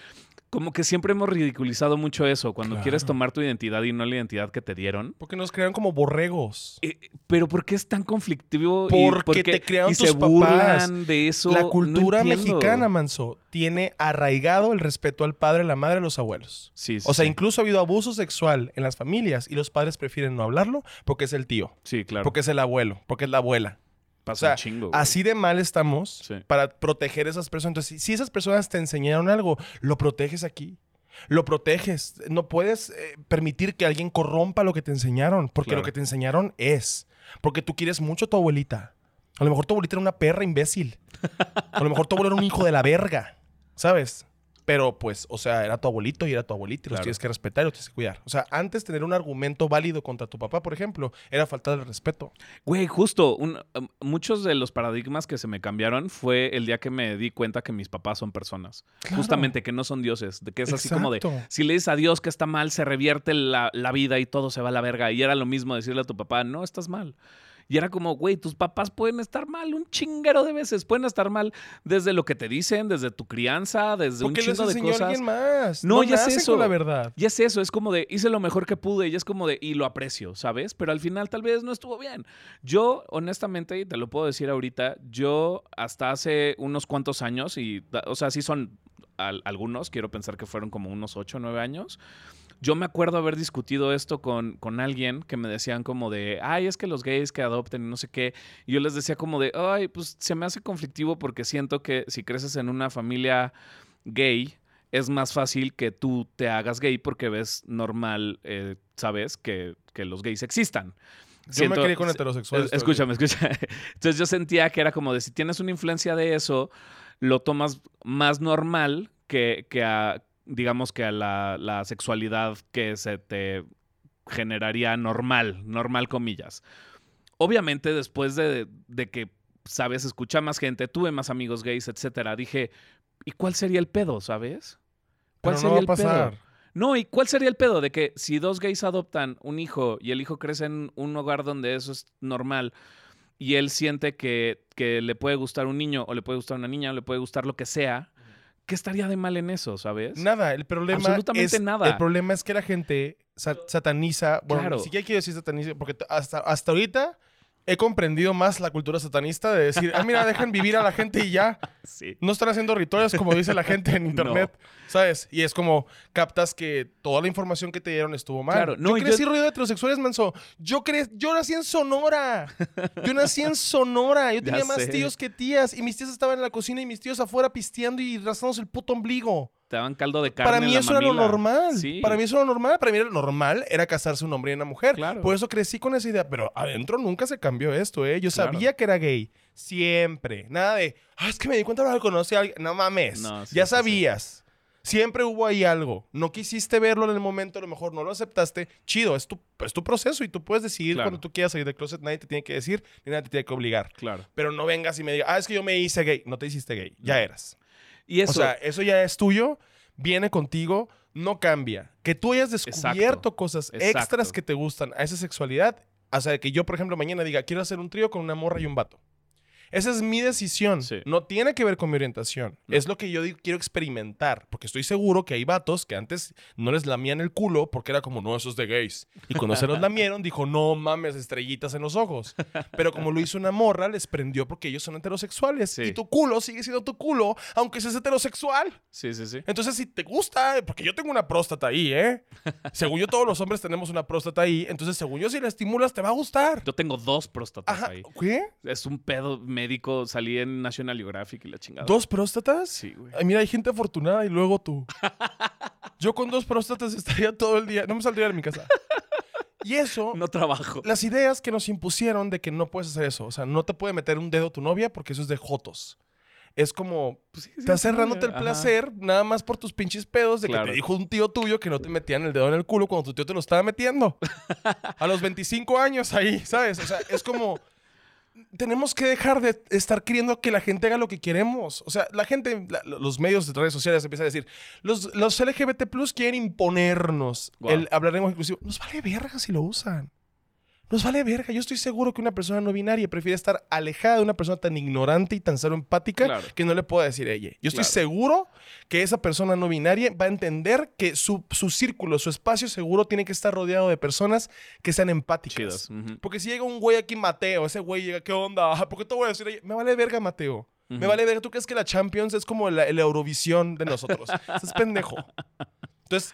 Como que siempre hemos ridiculizado mucho eso, cuando Claro. quieres tomar tu identidad y no la identidad que te dieron. Porque nos crean como borregos. Pero ¿por qué es tan conflictivo? Porque te crearon y se tus papás. burlan de eso. La No cultura entiendo. mexicana, Manso, tiene arraigado el respeto al padre, a la madre, a los abuelos. Sí, O sea, sí. incluso ha habido abuso sexual en las familias y los padres prefieren no hablarlo porque es el tío, Sí, claro. porque es el abuelo, porque es la abuela. Pasa o sea, un chingo, güey. Así de mal estamos Sí. para proteger a esas personas. Entonces, si esas personas te enseñaron algo, lo proteges aquí. Lo proteges. No puedes permitir que alguien corrompa lo que te enseñaron, porque Claro. lo que te enseñaron es. Porque tú quieres mucho a tu abuelita. A lo mejor tu abuelita era una perra imbécil. A lo mejor tu abuelo era un hijo de la verga, ¿sabes? Pero pues, o sea, era tu abuelito y era tu abuelita y los Claro. tienes que respetar y los tienes que cuidar. O sea, antes tener un argumento válido contra tu papá, por ejemplo, era faltar el respeto. Güey, justo, muchos de los paradigmas que se me cambiaron fue el día que me di cuenta que mis papás son personas. Claro. Justamente, que no son dioses. De que es así como de, Exacto. si le dices a Dios que está mal, se revierte la vida y todo se va a la verga. Y era lo mismo decirle a tu papá, no, estás mal. Y era como, güey, tus papás pueden estar mal un chinguero de veces. Pueden estar mal desde lo que te dicen, desde tu crianza, desde Porque un les chingo de enseñó a cosas. alguien más. No, ya es nacen eso. con la verdad. Y es eso, es como de, hice lo mejor que pude y es como de, y lo aprecio, ¿sabes? Pero al final tal vez no estuvo bien. Yo, honestamente, y te lo puedo decir ahorita, yo hasta hace unos cuantos años, o sea, sí son algunos, quiero pensar que fueron como unos 8 o 9 años, yo me acuerdo haber discutido esto con alguien que me decían como de, ay, es que los gays que adopten y no sé qué. Y yo les decía como de, ay, pues se me hace conflictivo porque siento que si creces en una familia gay, es más fácil que tú te hagas gay porque ves normal, ¿sabes? Que los gays existan. Yo me crié con heterosexuales. Escúchame. Entonces yo sentía que era como de, si tienes una influencia de eso, lo tomas más normal que digamos que a la sexualidad que se te generaría normal comillas. Obviamente después de que, sabes, escuché más gente, tuve más amigos gays, etcétera, dije, ¿y cuál sería el pedo, sabes? ¿Cuál Pero sería no va a el pasar. pedo? No, ¿y cuál sería el pedo de que si dos gays adoptan un hijo y el hijo crece en un hogar donde eso es normal y él siente que le puede gustar un niño o le puede gustar una niña o le puede gustar lo que sea, ¿qué estaría de mal en eso, sabes? Nada, el problema Absolutamente es, nada. El problema es que la gente sataniza, bueno, Claro. ni siquiera quiero decir sataniza, porque hasta ahorita he comprendido más la cultura satanista de decir, mira, dejan vivir a la gente y ya. Sí. No están haciendo rituales como dice la gente en internet, ¿sabes? Y es como captas que toda la información que te dieron estuvo mal. Claro, no, yo crecí rodeado de heterosexuales, Manso. Yo nací en Sonora. Yo nací en Sonora. Yo Ya tenía más sé. tíos que tías. Y mis tías estaban en la cocina y mis tíos afuera pisteando y rasgándose el puto ombligo. Te daban caldo de carne Para mí en la eso era lo mamila. normal. Sí. Para mí eso era lo normal. Para mí lo normal era casarse un hombre y una mujer. Claro. Por eso crecí con esa idea. Pero adentro nunca se cambió esto, ¿eh? Yo Claro. sabía que era gay. Siempre. Nada de, es que me di cuenta ahora que conocí a alguien. No mames. No, sí, ya sí, sabías. Siempre hubo ahí algo. No quisiste verlo en el momento, a lo mejor no lo aceptaste. Chido, es tu proceso y tú puedes decidir Claro. cuando tú quieras salir del closet. Nadie te tiene que decir ni nadie te tiene que obligar. Claro. Pero no vengas y me digas, es que yo me hice gay. No te hiciste gay. Ya No. eras. Y eso, O sea, eso ya es tuyo, viene contigo, no cambia. Que tú hayas descubierto Exacto. cosas Exacto. extras que te gustan a esa sexualidad, o sea, que yo, por ejemplo, mañana diga, quiero hacer un trío con una morra y un vato. Esa es mi decisión. Sí. No tiene que ver con mi orientación. No. Es lo que yo quiero experimentar. Porque estoy seguro que hay vatos que antes no les lamían el culo porque era como, no, eso es de gays. Y cuando se los lamieron, dijo, no mames, estrellitas en los ojos. Pero como lo hizo una morra, les prendió porque ellos son heterosexuales. Sí. Y tu culo sigue siendo tu culo, aunque seas heterosexual. sí. Entonces, si te gusta, porque yo tengo una próstata ahí, ¿eh? Según yo, todos los hombres tenemos una próstata ahí. Entonces, según yo, si la estimulas, te va a gustar. Yo tengo 2 próstatas Ajá. ahí. ¿Qué? Es un pedo médico, salí en National Geographic y la chingada. ¿2 próstatas? Sí, güey. Ay, mira, hay gente afortunada y luego tú. Yo con 2 próstatas estaría todo el día. No me saldría de mi casa. Y eso, No trabajo. las ideas que nos impusieron de que no puedes hacer eso. O sea, no te puede meter un dedo tu novia porque eso es de jotos. Es como, Pues sí, estás cerrándote el ajá. placer nada más por tus pinches pedos de que Claro. te dijo un tío tuyo que no te metían el dedo en el culo cuando tu tío te lo estaba metiendo. A los 25 años ahí, ¿sabes? O sea, es como, tenemos que dejar de estar queriendo que la gente haga lo que queremos. O sea, la gente, los medios de redes sociales empiezan a decir, los LGBT+ quieren imponernos Wow. el hablar lenguaje inclusivo. Nos vale verga si lo usan. Nos vale verga. Yo estoy seguro que una persona no binaria prefiere estar alejada de una persona tan ignorante y tan cero empática que no le pueda decir ella. Yo estoy seguro que esa persona no binaria va a entender que su círculo, su espacio seguro tiene que estar rodeado de personas que sean empáticas. Porque si llega un güey aquí, Mateo, ese güey llega, ¿qué onda? ¿Por qué te voy a decir? Me vale verga, Mateo. Me vale verga. ¿Tú crees que la Champions es como el Eurovisión de nosotros? Es pendejo. Entonces,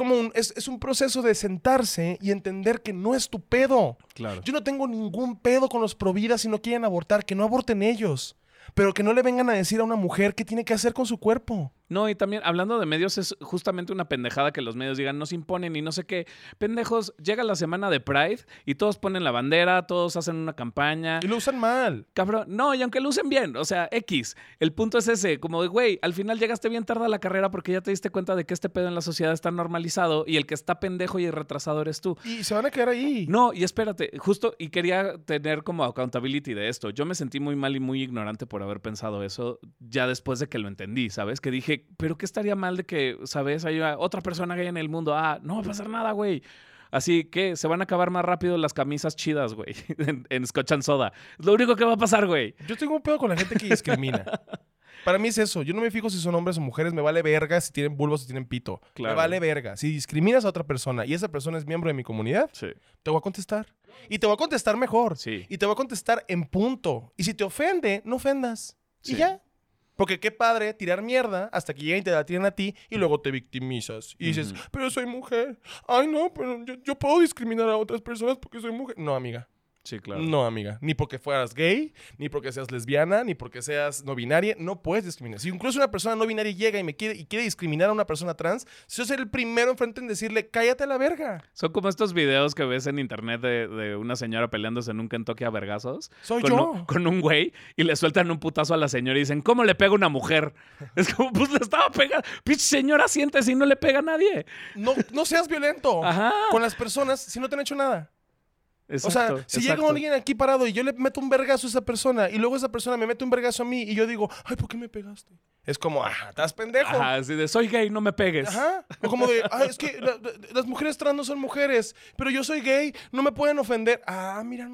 es un proceso de sentarse y entender que no es tu pedo. Claro. Yo no tengo ningún pedo con los providas si no quieren abortar, que no aborten ellos. Pero que no le vengan a decir a una mujer qué tiene que hacer con su cuerpo. No, y también hablando de medios, es justamente una pendejada que los medios digan, nos imponen y no sé qué. Pendejos, llega la semana de Pride y todos ponen la bandera, todos hacen una campaña. Y lo usan mal. Cabrón, no, y aunque lo usen bien, o sea, X. El punto es ese, como de, güey, al final llegaste bien tarde a la carrera porque ya te diste cuenta de que este pedo en la sociedad está normalizado y el que está pendejo y retrasado eres tú. Y se van a quedar ahí. No, y espérate, justo, y quería tener como accountability de esto. Yo me sentí muy mal y muy ignorante por haber pensado eso ya después de que lo entendí, ¿sabes? Que dije, pero ¿qué estaría mal de que, ¿sabes? Hay otra persona gay en el mundo. Ah, no va a pasar nada, güey. Así que se van a acabar más rápido las camisas chidas, güey, en Scotch and Soda. Es lo único que va a pasar, güey. Yo tengo un pedo con la gente que discrimina. Para mí es eso. Yo no me fijo si son hombres o mujeres. Me vale verga si tienen bulbo o si tienen pito. Claro. Me vale verga. Si discriminas a otra persona y esa persona es miembro de mi comunidad, te voy a contestar. Y te voy a contestar mejor. Sí. Y te voy a contestar en punto. Y si te ofende, no ofendas. Y ya. Porque qué padre tirar mierda hasta que lleguen y te la tiran a ti y luego te victimizas. Y dices, pero soy mujer. Ay, no, pero yo puedo discriminar a otras personas porque soy mujer. No, amiga. Sí, claro. No, amiga. Ni porque fueras gay, ni porque seas lesbiana, ni porque seas no binaria. No puedes discriminar. Si incluso una persona no binaria llega y quiere discriminar a una persona trans, yo soy el primero enfrente en decirle, cállate a la verga. Son como estos videos que ves en internet de una señora peleándose en un Kentucky a vergazos. Soy yo. Con un güey y le sueltan un putazo a la señora y dicen, ¿cómo le pega una mujer? Es como, pues le estaba pegando. Pinche señora, siéntese y no le pega a nadie. No seas violento con las personas si no te han hecho nada. Exacto, o sea, si llega alguien aquí parado y yo le meto un vergazo a esa persona y luego esa persona me mete un vergazo a mí y yo digo, ay, ¿por qué me pegaste? Es como, estás pendejo. Ajá, así de, soy gay, no me pegues. Ajá. O como de, es que las mujeres trans no son mujeres, pero yo soy gay, no me pueden ofender. Mira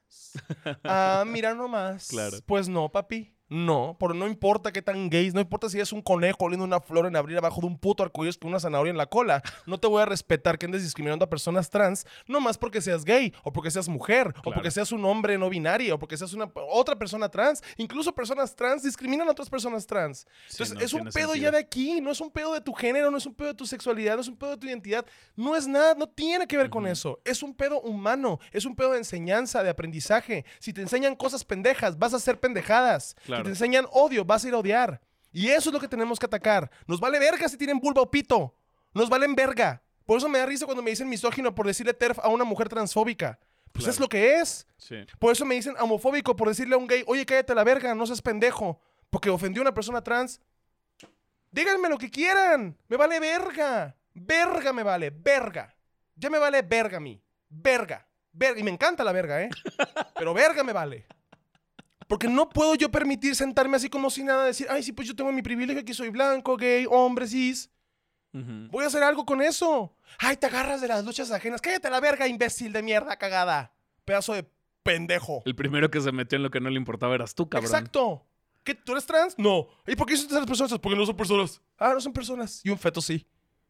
nomás. Claro. Pues no, papi. No importa qué tan gays, no importa si eres un conejo oliendo una flor en abril abajo de un puto arcoíris con una zanahoria en la cola. No te voy a respetar que andes discriminando a personas trans, no más porque seas gay, o porque seas mujer, o porque seas un hombre no binario, o porque seas otra persona trans. Incluso personas trans discriminan a otras personas trans. Entonces, es un pedo ya de aquí, no es un pedo de tu género, no es un pedo de tu sexualidad, no es un pedo de tu identidad. No es nada, no tiene que ver con eso. Es un pedo humano, es un pedo de enseñanza, de aprendizaje. Si te enseñan cosas pendejas, vas a hacer pendejadas. Claro. Si te enseñan odio, vas a ir a odiar. Y eso es lo que tenemos que atacar. Nos vale verga si tienen vulva o pito. Nos valen verga. Por eso me da risa cuando me dicen misógino por decirle TERF a una mujer transfóbica. Pues es lo que es. Sí. Por eso me dicen homofóbico por decirle a un gay, oye, cállate la verga, no seas pendejo. Porque ofendió a una persona trans. Díganme lo que quieran. Me vale verga. Verga me vale. Verga. Ya me vale verga a mí. Verga. Verga. Y me encanta la verga, ¿eh? Pero verga me vale. Porque no puedo yo permitir sentarme así como si nada, decir, ay, sí, pues yo tengo mi privilegio, aquí soy blanco, gay, hombre, cis. Voy a hacer algo con eso. Ay, te agarras de las luchas ajenas. Cállate la verga, imbécil de mierda, cagada. Pedazo de pendejo. El primero que se metió en lo que no le importaba eras tú, cabrón. Exacto. ¿Qué? ¿Tú eres trans? No. ¿Y por qué son las personas? Porque no son personas. No son personas. Y un feto sí.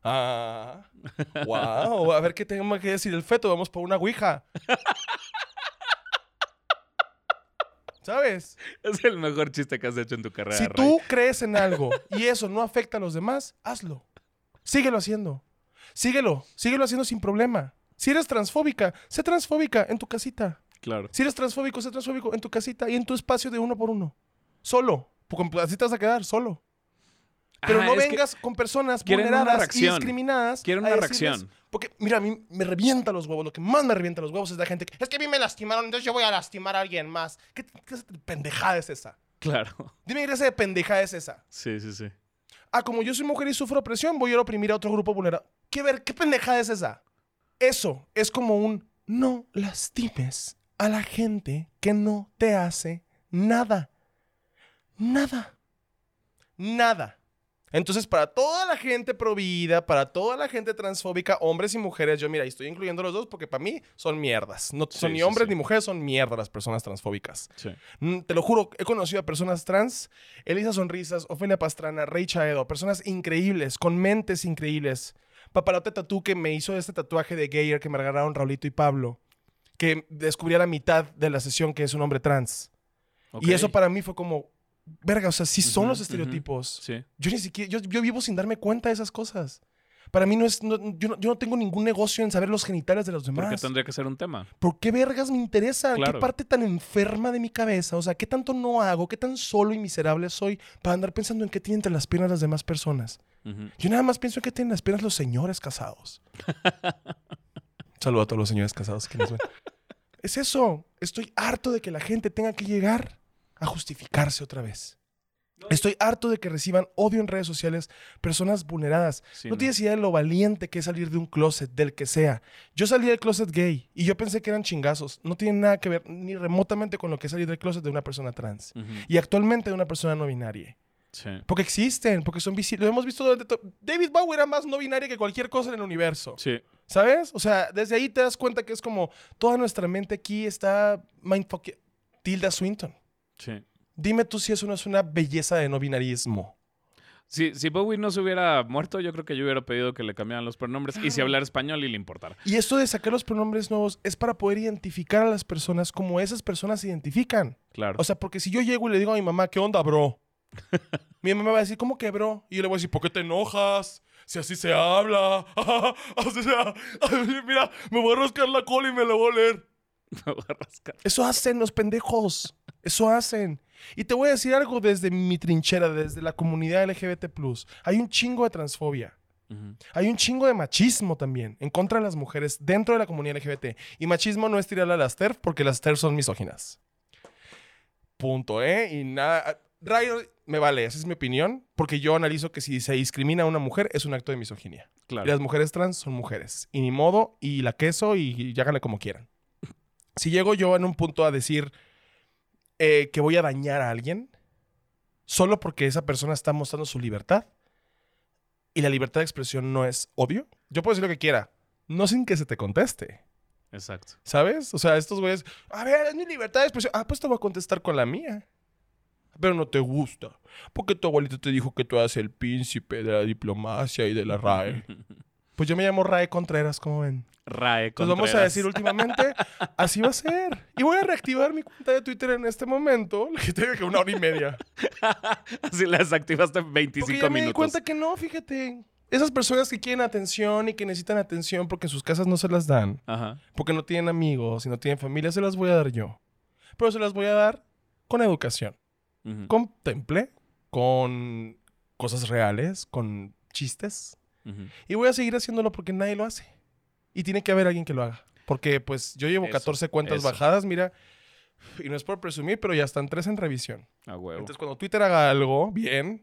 Wow. A ver qué tengo que decir el feto. Vamos por una ouija. ¿Sabes? Es el mejor chiste que has hecho en tu carrera, Si tú crees en algo y eso no afecta a los demás, hazlo. Síguelo haciendo. Síguelo haciendo sin problema. Si eres transfóbica, sé transfóbica en tu casita. Claro. Si eres transfóbico, sé transfóbico en tu casita y en tu espacio de uno por uno. Solo. Porque así te vas a quedar solo. Pero no vengas con personas vulneradas y discriminadas. Quieren una reacción. Porque, mira, a mí me revienta los huevos. Lo que más me revienta los huevos es la gente que, es que a mí me lastimaron, entonces yo voy a lastimar a alguien más. ¿Qué pendejada es esa? Claro. Dime qué clase de pendejada es esa. Sí. Como yo soy mujer y sufro opresión, voy a ir a oprimir a otro grupo vulnerable. ¿Qué pendejada es esa? Eso es como un no lastimes a la gente que no te hace nada. Nada. Entonces, para toda la gente provida, para toda la gente transfóbica, hombres y mujeres, yo, mira, estoy incluyendo los dos porque para mí son mierdas. No son ni hombres ni mujeres, son mierdas las personas transfóbicas. Sí. Te lo juro, he conocido a personas trans, Elisa Sonrisas, Ofelia Pastrana, Rey Chaedo, personas increíbles, con mentes increíbles. Papalote Tatú, que me hizo este tatuaje de Gayer que me regalaron Raulito y Pablo, que descubrí a la mitad de la sesión que es un hombre trans. Okay. Y eso para mí fue como... Verga, o sea, sí son los estereotipos. Sí. Yo ni siquiera... Yo vivo sin darme cuenta de esas cosas. Para mí no es... yo no tengo ningún negocio en saber los genitales de los demás. ¿Por qué tendría que ser un tema? ¿Por qué vergas me interesa? Claro. ¿Qué parte tan enferma de mi cabeza? O sea, ¿qué tanto no hago? ¿Qué tan solo y miserable soy para andar pensando en qué tienen entre las piernas las demás personas? Yo nada más pienso en qué tienen las piernas los señores casados. Saludo a todos los señores casados que nos ven. Es eso. Estoy harto de que la gente tenga que llegar a justificarse otra vez. Estoy harto de que reciban odio en redes sociales personas vulneradas. Sí, no tienes idea de lo valiente que es salir de un closet, del que sea. Yo salí del closet gay y yo pensé que eran chingazos. No tienen nada que ver ni remotamente con lo que es salir del closet de una persona trans. Y actualmente de una persona no binaria. Sí. Porque existen, porque son visibles. Lo hemos visto durante todo. David Bowie era más no binario que cualquier cosa en el universo. Sí. ¿Sabes? O sea, desde ahí te das cuenta que es como toda nuestra mente aquí está mindfuck. Tilda Swinton. Sí. Dime tú si eso no es una belleza de no binarismo. Si Bowie no se hubiera muerto, yo creo que yo hubiera pedido que le cambiaran los pronombres. Claro. Y si hablara español y le importara. Y esto de sacar los pronombres nuevos es para poder identificar a las personas como esas personas se identifican. Claro. O sea, porque si yo llego y le digo a mi mamá, ¿qué onda, bro? Mi mamá va a decir, ¿cómo que, bro? Y yo le voy a decir, ¿por qué te enojas? Si así se habla. O sea, mira, me voy a rascar la cola y me la voy a oler. Me voy a rascar. Eso hacen los pendejos. Eso hacen. Y te voy a decir algo desde mi trinchera, desde la comunidad LGBT+. Hay un chingo de transfobia. Hay un chingo de machismo también en contra de las mujeres dentro de la comunidad LGBT. Y machismo no es tirarle a las TERF porque las TERF son misóginas. Punto, Y nada... Rayo, me vale, esa es mi opinión, porque yo analizo que si se discrimina a una mujer es un acto de misoginia. Claro. Y las mujeres trans son mujeres. Y ni modo, y la queso, y háganle como quieran. Si llego yo en un punto a decir que voy a dañar a alguien, solo porque esa persona está mostrando su libertad, y la libertad de expresión no es odio, yo puedo decir lo que quiera, no sin que se te conteste. Exacto. ¿Sabes? O sea, estos güeyes, a ver, es mi libertad de expresión. Pues te voy a contestar con la mía. Pero no te gusta. Porque tu abuelito te dijo que tú eras el príncipe de la diplomacia y de la RAE. Pues yo me llamo Rae Contreras, ¿cómo ven? Rae Contreras. Entonces vamos a decir últimamente, así va a ser. Y voy a reactivar mi cuenta de Twitter en este momento. Que tengo que 1 hora y media. Así la desactivaste en 25 porque ya minutos. Me di cuenta que no, fíjate. Esas personas que quieren atención y que necesitan atención porque en sus casas no se las dan. Ajá. Porque no tienen amigos y no tienen familia, se las voy a dar yo. Pero se las voy a dar con educación. Con temple, con cosas reales, con chistes. Y voy a seguir haciéndolo porque nadie lo hace. Y tiene que haber alguien que lo haga. Porque pues yo llevo 14 cuentas bajadas, mira. Y no es por presumir, pero ya están 3 en revisión. A huevo. Entonces cuando Twitter haga algo bien...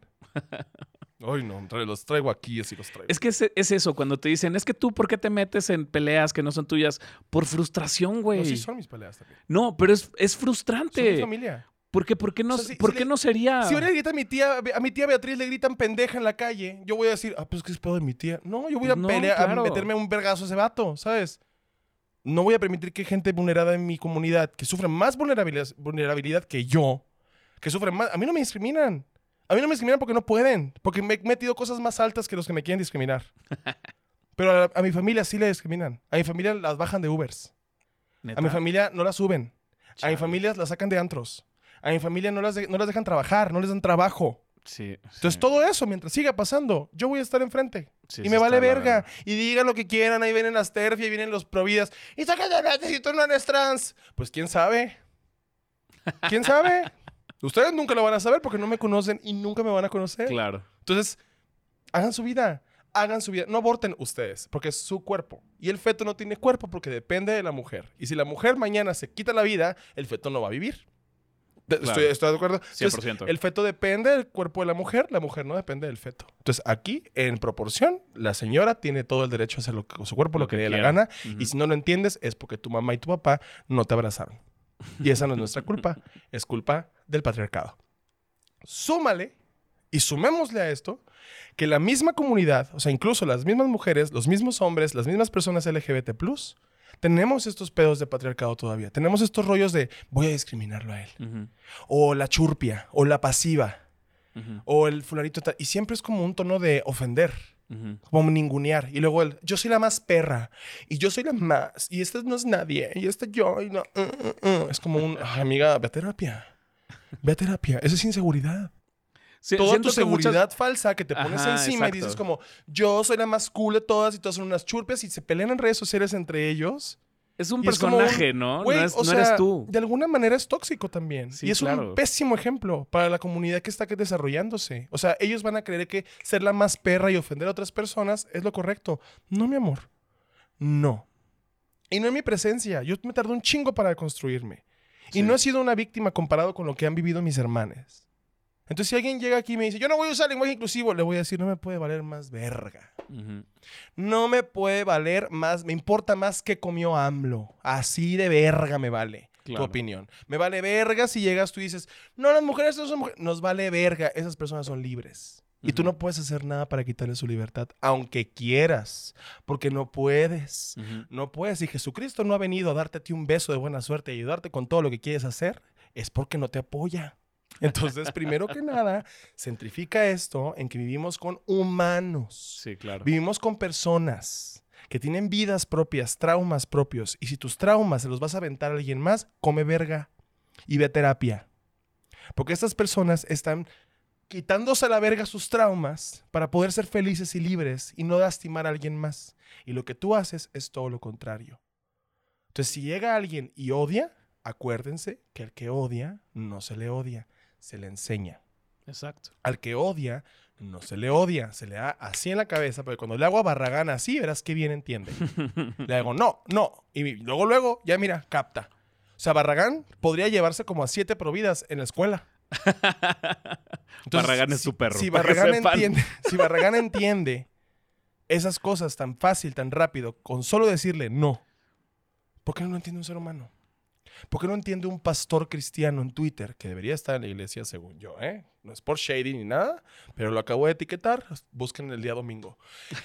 Ay, no, los traigo aquí, así los traigo. Es que es eso, cuando te dicen, es que tú, ¿por qué te metes en peleas que no son tuyas? Por frustración, güey. No, sí son mis peleas también. No, pero es frustrante. Son mi familia. ¿Por qué no, o sea, ¿por qué no sería...? Si ahora le grita a mi tía Beatriz le gritan pendeja en la calle, yo voy a decir, pues que es pedo de mi tía. No, yo voy a pelear, claro, a meterme un vergazo a ese vato, ¿sabes? No voy a permitir que gente vulnerada en mi comunidad, que sufre más vulnerabilidad que yo, que sufre más... A mí no me discriminan. A mí no me discriminan porque no pueden, porque me he metido cosas más altas que los que me quieren discriminar. Pero a mi familia sí le discriminan. A mi familia las bajan de Ubers. ¿Neta? A mi familia no las suben. Chale. A mi familia las sacan de antros. A mi familia no las dejan trabajar, no les dan trabajo. Sí. Entonces todo eso, mientras siga pasando, yo voy a estar enfrente. Sí, y me vale verga. Y digan lo que quieran, ahí vienen las TERF y ahí vienen los providas. Y sacan de vete si tú no eres trans. Pues quién sabe. ¿Quién sabe? Ustedes nunca lo van a saber porque no me conocen y nunca me van a conocer. Claro. Entonces, hagan su vida. Hagan su vida. No aborten ustedes, porque es su cuerpo. Y el feto no tiene cuerpo porque depende de la mujer. Y si la mujer mañana se quita la vida, el feto no va a vivir. Claro. Estoy de acuerdo. 100%. Entonces, el feto depende del cuerpo de la mujer no depende del feto. Entonces, aquí, en proporción, la señora tiene todo el derecho a hacer con su cuerpo lo que le dé la gana. Y si no lo entiendes, es porque tu mamá y tu papá no te abrazaron. Y esa no es nuestra culpa. Es culpa del patriarcado. Súmale Y sumémosle a esto que la misma comunidad, o sea, incluso las mismas mujeres, los mismos hombres, las mismas personas LGBT+, tenemos estos pedos de patriarcado todavía. Tenemos estos rollos de voy a discriminarlo a él. Ujú, O la churpia, o la pasiva, ujú, o el fulanito tal. Y siempre es como un tono de ofender, ujú. como ningunear. Y luego yo soy la más perra, y yo soy la más, y este no es nadie, y este yo, y no. Es como ay, amiga, ve a terapia. Ve a terapia. Eso es inseguridad. Sí, Toda siento tu que seguridad falsa que te pones Ajá, encima exacto. y dices como, yo soy la más cool de todas y todas son unas churpias y se pelean en redes sociales entre ellos. Es un Y es como personaje, ¿no? güey, No, o no sea, eres tú. de alguna manera es tóxico también. Sí, Y es claro. un pésimo ejemplo para la comunidad que está desarrollándose. O sea, ellos van a creer que ser la más perra y ofender a otras personas es lo correcto. No, mi amor. No. Y no en mi presencia. Yo me tardé un chingo para construirme. Sí. Y no he sido una víctima comparado con lo que han vivido mis hermanes. Entonces, si alguien llega aquí y me dice, yo no voy a usar lenguaje inclusivo, le voy a decir, no me puede valer más verga. Ujú. No me puede valer más, me importa más que comió AMLO. Así de verga me vale tu Claro. opinión. Me vale verga si llegas tú y dices, no, las mujeres no son mujeres. Nos vale verga, esas personas son libres. Y tú Ujú. no puedes hacer nada para quitarle su libertad, aunque quieras, porque no puedes. Ujú. No puedes. Si Jesucristo no ha venido a darte a ti un beso de buena suerte y ayudarte con todo lo que quieres hacer, es porque no te apoya. Entonces, primero que nada, centrifica esto en que vivimos con humanos. Sí, claro. Vivimos con personas que tienen vidas propias, traumas propios. Y si tus traumas se los vas a aventar a alguien más, come verga y ve a terapia. Porque estas personas están quitándose a la verga sus traumas para poder ser felices y libres y no lastimar a alguien más. Y lo que tú haces es todo lo contrario. Entonces, si llega alguien y odia, acuérdense que al que odia no se le odia, se le enseña. Exacto. Al que odia, no se le odia, se le da así en la cabeza, porque cuando le hago a Barragán así, verás que bien entiende. Le hago, no, y luego, ya mira, capta. O sea, Barragán podría llevarse como a 7 providas en la escuela. Barragán es su perro, Si para que Barragán sepan. si Barragán entiende esas cosas tan fácil, tan rápido, con solo decirle no, ¿por qué no lo entiende un ser humano? ¿Por qué no entiende un pastor cristiano en Twitter que debería estar en la iglesia según yo, ¿eh? No es por shady ni nada, pero lo acabo de etiquetar. Busquen el día domingo.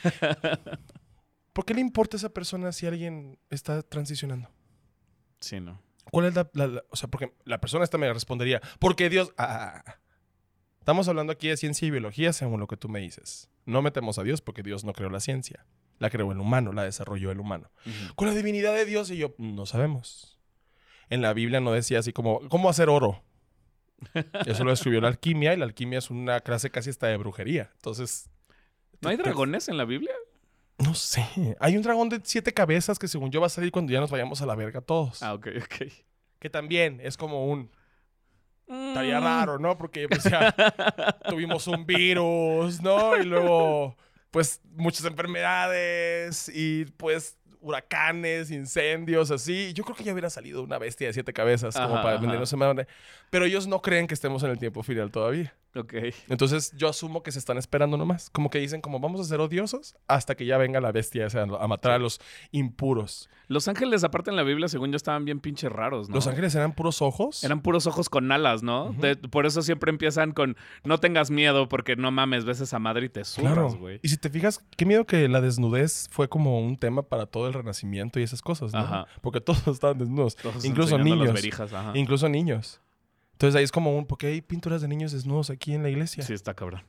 ¿Por qué le importa a esa persona si alguien está transicionando? Sí, no. ¿Cuál es o sea, porque la persona esta me respondería, porque Dios... Estamos hablando aquí de ciencia y biología según lo que tú me dices. No metemos a Dios porque Dios no creó la ciencia. La creó el humano, la desarrolló el humano. Ujú. Con la divinidad de Dios y yo, no sabemos. En la Biblia no decía así como, ¿cómo hacer oro? Eso lo escribió la alquimia y la alquimia es una clase casi hasta de brujería. Entonces... ¿No hay dragones en la Biblia? No sé. Hay un dragón de 7 cabezas que según yo va a salir cuando ya nos vayamos a la verga todos. Ah, ok. Que también es como un... Estaría Mm. raro, ¿no? Porque pues ya tuvimos un virus, ¿no? Y luego, pues, muchas enfermedades y pues huracanes, incendios, así. Yo creo que ya hubiera salido una bestia de 7 cabezas como Ajá, para ajá. vendernos en madre. Pero ellos no creen que estemos en el tiempo final todavía. Ok. Entonces yo asumo que se están esperando nomás. Como que dicen, como vamos a ser odiosos hasta que ya venga la bestia esa a matar a los impuros. Los ángeles, aparte en la Biblia, según yo, estaban bien pinches raros, ¿no? ¿Los ángeles eran puros ojos? Eran puros ojos con alas, ¿no? Ujú. Por eso siempre empiezan con no tengas miedo porque no mames, ves esa madre y te Claro. zurras, güey. Y si te fijas, qué miedo que la desnudez fue como un tema para todo el Renacimiento y esas cosas, ¿no? Ajá. Porque todos estaban desnudos. Todos Incluso enseñando las niños. verijas, ajá. Incluso niños. Entonces ahí es como ¿por qué hay pinturas de niños desnudos aquí en la iglesia? Sí, está cabrón.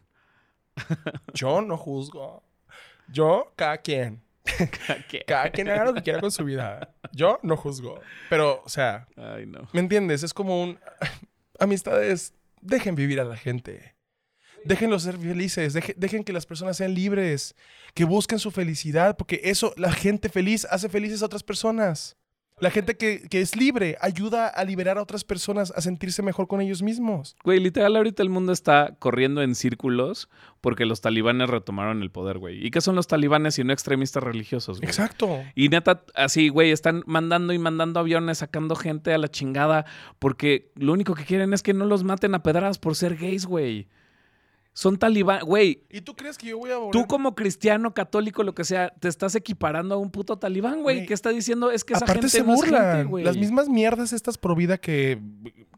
Yo no juzgo. Yo, cada quien. ¿Qué? Cada quien haga lo que quiera con su vida. Yo no juzgo. Pero, o sea, Ay, no. ¿me entiendes? Es como amistades, dejen vivir a la gente. Déjenlos ser felices. Dejen que las personas sean libres. Que busquen su felicidad. Porque eso, la gente feliz hace felices a otras personas. La gente que es libre ayuda a liberar a otras personas a sentirse mejor con ellos mismos. Güey, literal, ahorita el mundo está corriendo en círculos porque los talibanes retomaron el poder, güey. ¿Y qué son los talibanes si no extremistas religiosos, güey? Exacto. Y neta, así, güey, están mandando y mandando aviones, sacando gente a la chingada porque lo único que quieren es que no los maten a pedradas por ser gays, güey. Son talibán, güey. ¿Y tú crees que yo voy a volver? Tú como cristiano, católico, lo que sea, te estás equiparando a un puto talibán, güey. Güey, ¿Qué está diciendo? Es que esa aparte gente se no es burlan. gente, güey. Las mismas mierdas estas pro vida que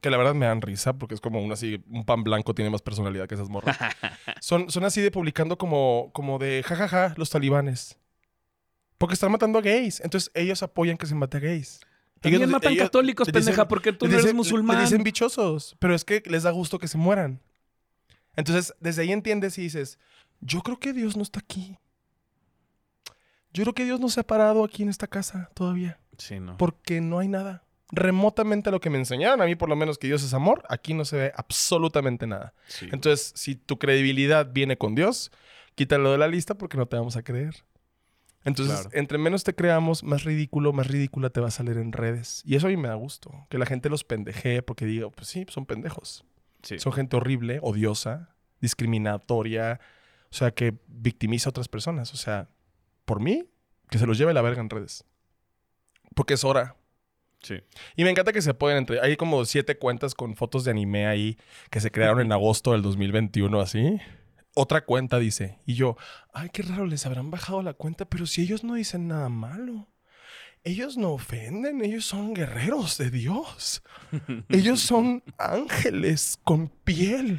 que la verdad me dan risa porque es como un pan blanco tiene más personalidad que esas morras. son así de publicando como de jajaja, los talibanes. Porque están matando a gays. Entonces ellos apoyan que se mate a gays. También matan católicos, pendeja, porque tú no eres musulmán. Le dicen bichosos, pero es que les da gusto que se mueran. Entonces, desde ahí entiendes y dices, yo creo que Dios no está aquí. Yo creo que Dios no se ha parado aquí en esta casa todavía. Sí, no. Porque no hay nada. Remotamente lo que me enseñaron, a mí por lo menos que Dios es amor, aquí no se ve absolutamente nada. Sí, entonces, si tu credibilidad viene con Dios, quítalo de la lista porque no te vamos a creer. Entonces, claro. Entre menos te creamos, más ridícula te va a salir en redes. Y eso a mí me da gusto. Que la gente los pendejee porque digo, pues sí, son pendejos. Sí. Son gente horrible, odiosa, discriminatoria. O sea, que victimiza a otras personas. O sea, por mí, que se los lleve la verga en redes. Porque es hora. Sí. Y me encanta que se pueden entre... Hay como 7 cuentas con fotos de anime ahí que se crearon en agosto del 2021, así. Otra cuenta dice. Y yo, ay, qué raro, les habrán bajado la cuenta. Pero si ellos no dicen nada malo. Ellos no ofenden. Ellos son guerreros de Dios. Ellos son ángeles con piel.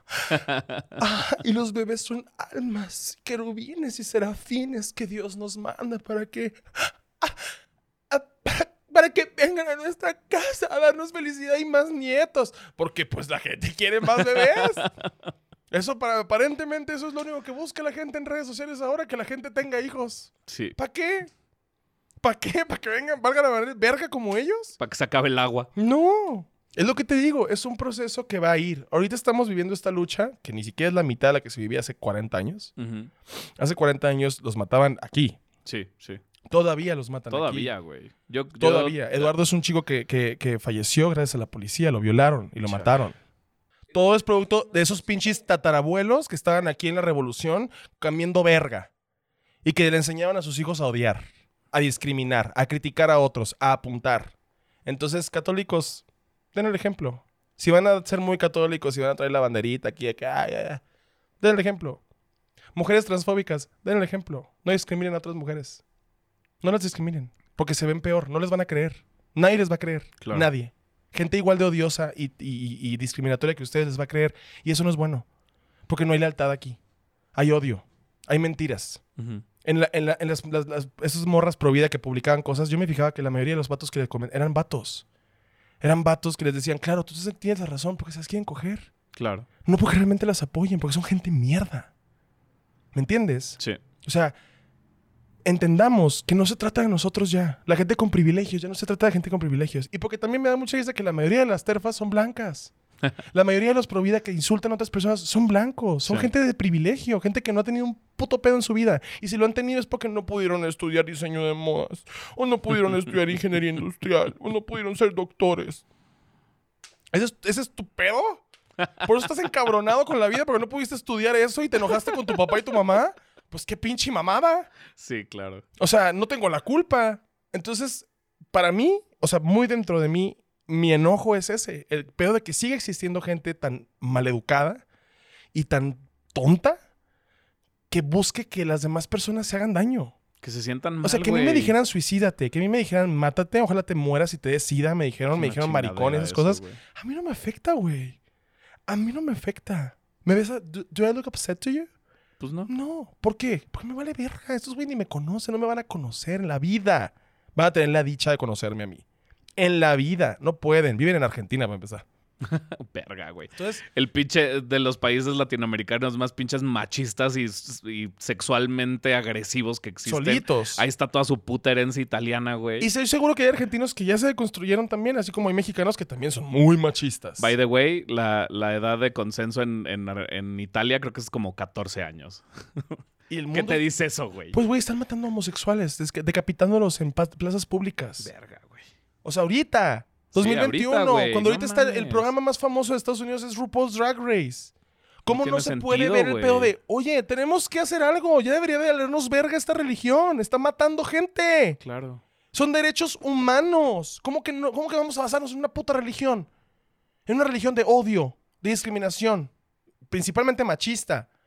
Y los bebés son almas, querubines y serafines que Dios nos manda para que... para que vengan a nuestra casa a darnos felicidad y más nietos. Porque pues la gente quiere más bebés. Aparentemente eso es lo único que busca la gente en redes sociales ahora, que la gente tenga hijos. Sí. ¿Para qué? ¿Para qué? ¿Para que vengan, valgan a verga como ellos? Para que se acabe el agua. No. Es lo que te digo, es un proceso que va a ir. Ahorita estamos viviendo esta lucha, que ni siquiera es la mitad de la que se vivía hace 40 años. Uh-huh. Hace 40 años los mataban aquí. Sí, sí. Todavía los matan Todavía, aquí. güey. Todavía. Eduardo es un chico que falleció gracias a la policía. Lo violaron y lo mataron. Todo es producto de esos pinches tatarabuelos que estaban aquí en la revolución comiendo verga. Y que le enseñaban a sus hijos a odiar, a discriminar, a criticar a otros, a apuntar. Entonces, católicos, den el ejemplo. Si van a ser muy católicos, si van a traer la banderita aquí, den el ejemplo. Mujeres transfóbicas, den el ejemplo. No discriminen a otras mujeres. No las discriminen, porque se ven peor. No les van a creer. Nadie les va a creer. Claro. Nadie. Gente igual de odiosa y discriminatoria que ustedes les va a creer. Y eso no es bueno. Porque no hay lealtad aquí. Hay odio. Hay mentiras. Uh-huh. En esas morras pro vida que publicaban cosas, yo me fijaba que la mayoría de los vatos que le comentaban eran vatos. Eran vatos que les decían, claro, tú tienes la razón porque se las quieren coger. Claro. No porque realmente las apoyen, porque son gente mierda. ¿Me entiendes? Sí. O sea, entendamos que no se trata de nosotros ya. La gente con privilegios, ya no se trata de gente con privilegios. Y porque también me da mucha risa que la mayoría de las terfas son blancas. La mayoría de los pro vida que insultan a otras personas son blancos. Son gente de privilegio, gente que no ha tenido un puto pedo en su vida. Y si lo han tenido es porque no pudieron estudiar diseño de modas, o no pudieron estudiar ingeniería industrial, o no pudieron ser doctores. ¿Ese es tu pedo? ¿Por eso estás encabronado con la vida porque no pudiste estudiar eso y te enojaste con tu papá y tu mamá? Pues qué pinche mamada. Sí, claro. O sea, no tengo la culpa. Entonces, para mí, o sea, muy dentro de mí, mi enojo es ese. El pedo de que sigue existiendo gente tan maleducada y tan tonta que busque que las demás personas se hagan daño. Que se sientan mal, o sea, que a mí me dijeran suicídate, que a mí me dijeran mátate, ojalá te mueras y te des sida, me dijeron maricón, esas cosas. Wey. A mí no me afecta, güey. A mí no me afecta. ¿Me ves? ¿Do I look upset to you? Pues no. No. ¿Por qué? Porque me vale verga. Estos güey ni me conocen, no me van a conocer en la vida. Van a tener la dicha de conocerme a mí. En la vida. No pueden. Viven en Argentina para empezar. Verga, güey. Entonces, el pinche de los países latinoamericanos más pinches machistas y sexualmente agresivos que existen. Solitos. Ahí está toda su puta herencia italiana, güey. Y estoy seguro que hay argentinos que ya se deconstruyeron también, así como hay mexicanos que también son muy machistas. By the way, la edad de consenso en Italia creo que es como 14 años. ¿Y el mundo? ¿Qué te dice eso, güey? Pues, güey, están matando homosexuales, decapitándolos en plazas públicas. Verga, güey. O sea, ahorita... 2021, sí, ahorita, cuando ahorita está el programa más famoso de Estados Unidos es RuPaul's Drag Race. ¿Cómo no se puede ver el pedo de, oye, tenemos que hacer algo, ya debería de valernos verga esta religión, está matando gente? Claro. Son derechos humanos. ¿Cómo que vamos a basarnos en una puta religión? En una religión de odio, de discriminación, principalmente machista.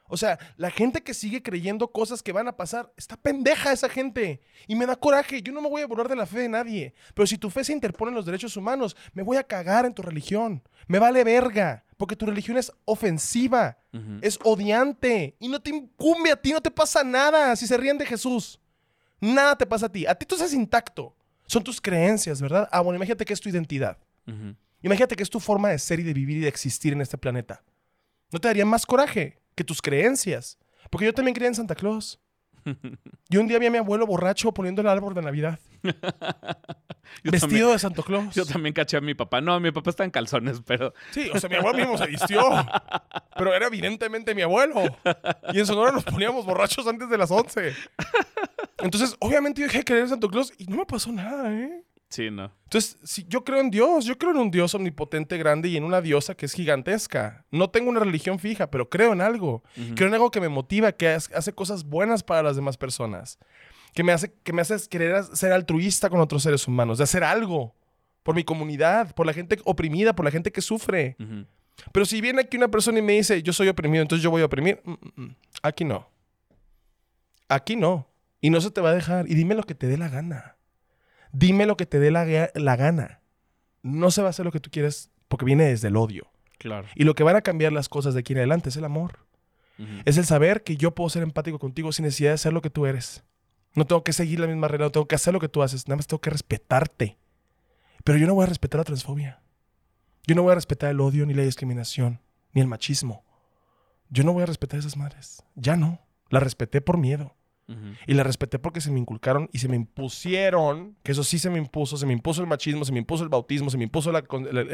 O sea, la gente que sigue creyendo cosas que van a pasar, está pendeja esa gente. Y me da coraje. Yo no me voy a burlar de la fe de nadie. Pero si tu fe se interpone en los derechos humanos, me voy a cagar en tu religión. Me vale verga. Porque tu religión es ofensiva. Es odiante. Y no te incumbe a ti, no te pasa nada si se ríen de Jesús. Nada te pasa a ti. A ti tú estás intacto. Son tus creencias, ¿verdad? Ah, bueno, imagínate que es tu identidad. Imagínate que es tu forma de ser y de vivir y de existir en este planeta. ¿No te daría más coraje que tus creencias? Porque yo también creía en Santa Claus. Yo un día vi a mi abuelo borracho poniendo el árbol de Navidad. Vestido de Santa Claus. Yo también caché a mi papá. No, mi papá está en calzones, pero... Sí, o sea, mi abuelo mismo se vistió. Pero era evidentemente mi abuelo. Y en Sonora nos poníamos borrachos antes de las 11. Entonces, obviamente yo dejé de creer en Santa Claus y no me pasó nada, ¿eh? Sí, no. Entonces, sí, yo creo en Dios. Yo creo en un Dios omnipotente, grande y en una diosa que es gigantesca. No tengo una religión fija, pero creo en algo. Creo en algo que me motiva, que hace cosas buenas para las demás personas. Que me hace querer ser altruista con otros seres humanos. De hacer algo por mi comunidad, por la gente oprimida, por la gente que sufre. Pero si viene aquí una persona y me dice, yo soy oprimido, entonces yo voy a oprimir. Aquí no. Aquí no. Y no se te va a dejar. Y dime lo que te dé la gana. Dime lo que te dé la gana. No se va a hacer lo que tú quieres porque viene desde el odio. Claro. Y lo que van a cambiar las cosas de aquí en adelante es el amor. Es el saber que yo puedo ser empático contigo sin necesidad de ser lo que tú eres. No tengo que seguir la misma regla, no tengo que hacer lo que tú haces. Nada más tengo que respetarte. Pero yo no voy a respetar la transfobia. Yo no voy a respetar el odio, ni la discriminación, ni el machismo. Yo no voy a respetar esas madres. Ya no. La respeté por miedo. Y la respeté porque se me inculcaron y se me impusieron, que eso sí se me impuso el machismo, se me impuso el bautismo, se me impuso la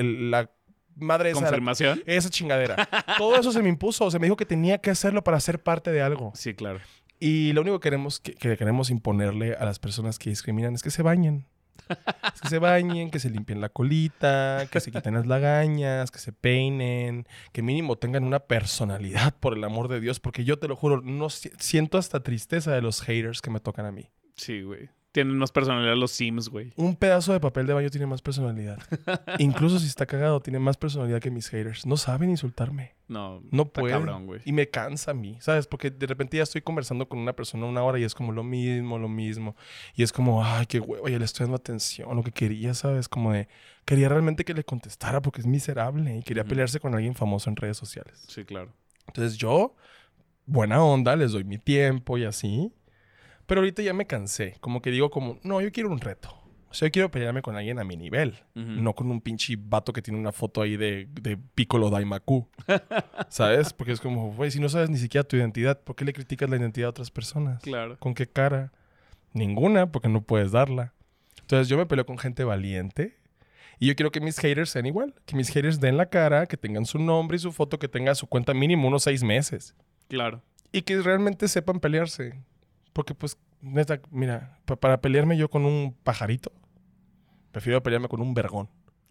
madre esa. ¿Confirmación? Esa chingadera. Todo eso se me impuso, se me dijo que tenía que hacerlo para ser parte de algo. Sí, claro. Y lo único que queremos imponerle a las personas que discriminan es que se bañen. Es que se bañen, que se limpien la colita, que se quiten las lagañas, que se peinen, que mínimo tengan una personalidad, por el amor de Dios. Porque yo te lo juro, no siento hasta tristeza de los haters que me tocan a mí. Sí, güey. Tienen más personalidad los Sims, güey. Un pedazo de papel de baño tiene más personalidad. Incluso si está cagado, tiene más personalidad que mis haters. No saben insultarme. No pueden. Cabrón, güey. Y me cansa a mí, ¿sabes? Porque de repente ya estoy conversando con una persona una hora y es como lo mismo. Y es como, ay, qué huevo, ya le estoy dando atención. Lo que quería, ¿sabes? Como de... Quería realmente que le contestara porque es miserable. Y quería pelearse con alguien famoso en redes sociales. Sí, claro. Entonces yo, buena onda, les doy mi tiempo y así. Pero ahorita ya me cansé. Como que digo no, yo quiero un reto. O sea, yo quiero pelearme con alguien a mi nivel. No con un pinche vato que tiene una foto ahí de Piccolo Daimaku. ¿Sabes? Porque es como, güey, si no sabes ni siquiera tu identidad, ¿por qué le criticas la identidad a otras personas? Claro. ¿Con qué cara? Ninguna, porque no puedes darla. Entonces yo me peleo con gente valiente. Y yo quiero que mis haters sean igual. Que mis haters den la cara, que tengan su nombre y su foto, que tenga su cuenta mínimo unos 6 meses. Claro. Y que realmente sepan pelearse. Porque pues, neta, mira, para pelearme yo con un pajarito, prefiero pelearme con un vergón.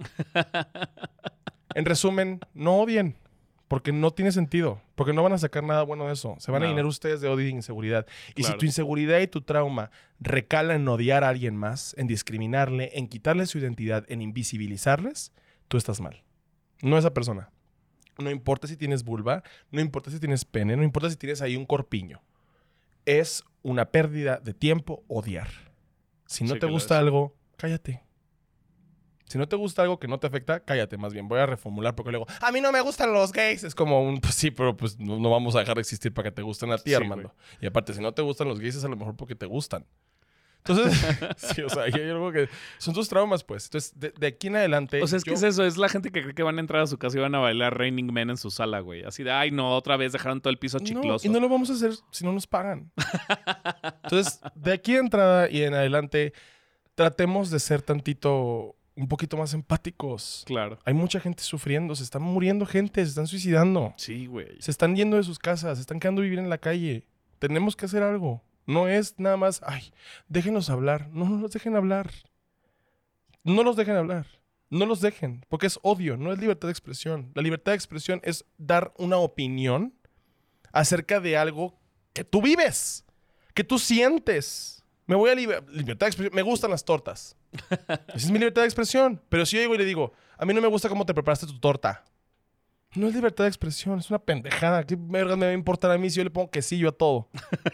En resumen, no odien, porque no tiene sentido, porque no van a sacar nada bueno de eso. Se van a llenar ustedes de odio e inseguridad. Y si tu inseguridad y tu trauma recala en odiar a alguien más, en discriminarle, en quitarle su identidad, en invisibilizarles, tú estás mal. No esa persona. No importa si tienes vulva, no importa si tienes pene, no importa si tienes ahí un corpiño. Es una pérdida de tiempo odiar. Si no te gusta algo, cállate. Si no te gusta algo que no te afecta, cállate. Más bien, voy a reformular porque luego, a mí no me gustan los gays. Es como pues sí, pero pues no vamos a dejar de existir para que te gusten a ti, Armando. Güey. Y aparte, si no te gustan los gays, es a lo mejor porque te gustan. Entonces, sí, o sea, hay algo que... Son tus traumas, pues. Entonces, de aquí en adelante... O sea, ¿qué es eso? Es la gente que cree que van a entrar a su casa y van a bailar Raining Men en su sala, güey. Así de, ay, no, otra vez dejaron todo el piso chicloso. No, y no lo vamos a hacer si no nos pagan. Entonces, de aquí de entrada y en adelante, tratemos de ser un poquito más empáticos. Claro. Hay mucha gente sufriendo, se están muriendo gente, se están suicidando. Sí, güey. Se están yendo de sus casas, se están quedando a vivir en la calle. Tenemos que hacer algo. No es nada más, ay, déjenos hablar. No los dejen hablar. No los dejen hablar. No los dejen, porque es odio, no es libertad de expresión. La libertad de expresión es dar una opinión acerca de algo que tú vives, que tú sientes. Me voy a libertad de expresión. Me gustan las tortas. Esa es mi libertad de expresión. Pero si yo llego y le digo, a mí no me gusta cómo te preparaste tu torta. No es libertad de expresión, es una pendejada. ¿Qué verga me va a importar a mí si yo le pongo quesillo a todo?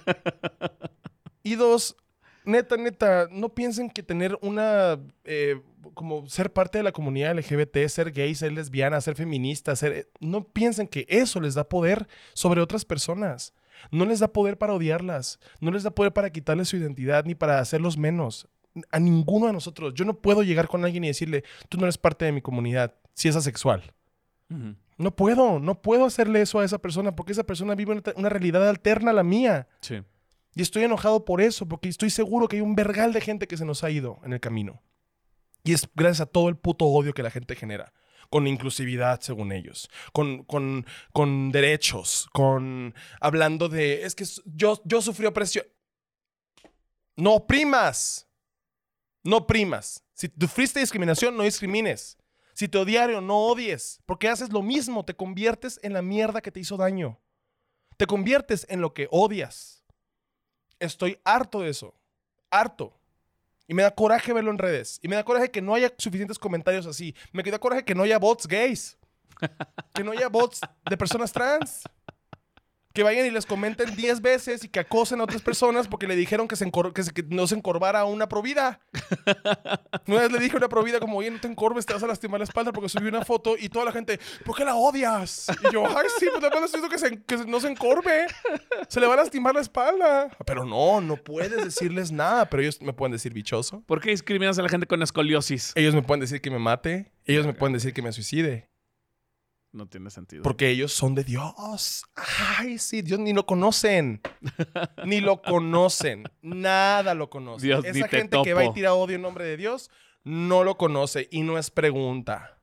Y dos, neta, no piensen que tener una... como ser parte de la comunidad LGBT, ser gay, ser lesbiana, ser feminista, no piensen que eso les da poder sobre otras personas. No les da poder para odiarlas. No les da poder para quitarles su identidad ni para hacerlos menos. A ninguno de nosotros. Yo no puedo llegar con alguien y decirle, tú no eres parte de mi comunidad, si es asexual. Ujú. No puedo hacerle eso a esa persona porque esa persona vive una realidad alterna a la mía. Sí. Y estoy enojado por eso, porque estoy seguro que hay un vergal de gente que se nos ha ido en el camino. Y es gracias a todo el puto odio que la gente genera. Con inclusividad, según ellos. Con derechos. Hablando de... Es que yo sufrí opresión. No oprimas. No oprimas. Si sufriste discriminación, no discrimines. Si te odiaron, no odies. Porque haces lo mismo. Te conviertes en la mierda que te hizo daño. Te conviertes en lo que odias. Estoy harto de eso. Harto. Y me da coraje verlo en redes. Y me da coraje que no haya suficientes comentarios así. Me da coraje que no haya bots gays. Que no haya bots de personas trans. Que vayan y les comenten 10 veces y que acosen a otras personas porque le dijeron que no se encorvara a una provida. Una vez le dije a una provida como, oye, no te encorves, te vas a lastimar la espalda porque subí una foto y toda la gente, ¿por qué la odias? Y yo, ay, sí, pues nada más estoy diciendo que no se encorve. Se le va a lastimar la espalda. Pero no puedes decirles nada. Pero ellos me pueden decir bichoso. ¿Por qué discriminas a la gente con escoliosis? Ellos me pueden decir que me mate. Ellos me pueden decir que me suicide. No tiene sentido. Porque ellos son de Dios. Ay, sí, Dios ni lo conocen. Ni lo conocen. Nada lo conocen. Dios, esa gente que va y tira odio en nombre de Dios, no lo conoce. Y no es pregunta.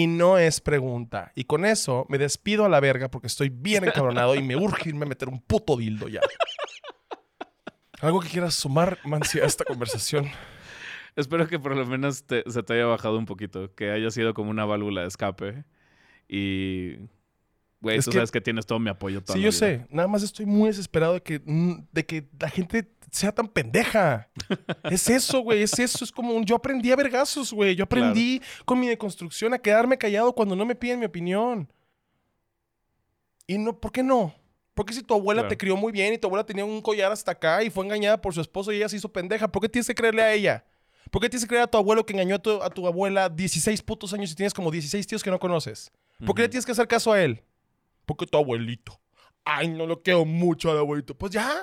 Y con eso me despido a la verga porque estoy bien encabronado y me urge irme a meter un puto dildo ya. ¿Algo que quieras sumar, Mansi, a esta conversación? Espero que por lo menos se te haya bajado un poquito. Que haya sido como una válvula de escape. Y, güey, tú sabes que tienes todo mi apoyo toda Sí, la yo vida. sé. Nada más estoy muy desesperado de que la gente sea tan pendeja. Es eso, güey. Es eso. Es como yo aprendí a vergazos, güey. Yo aprendí con mi deconstrucción a quedarme callado cuando no me piden mi opinión. Y no, ¿por qué no? Porque si tu abuela te crió muy bien y tu abuela tenía un collar hasta acá y fue engañada por su esposo y ella se hizo pendeja, ¿por qué tienes que creerle a ella? ¿Por qué tienes que creer a tu abuelo que engañó a tu abuela 16 putos años y tienes como 16 tíos que no conoces? ¿Por qué le tienes que hacer caso a él? Porque tu abuelito. Ay, no lo quiero mucho al abuelito. Pues ya.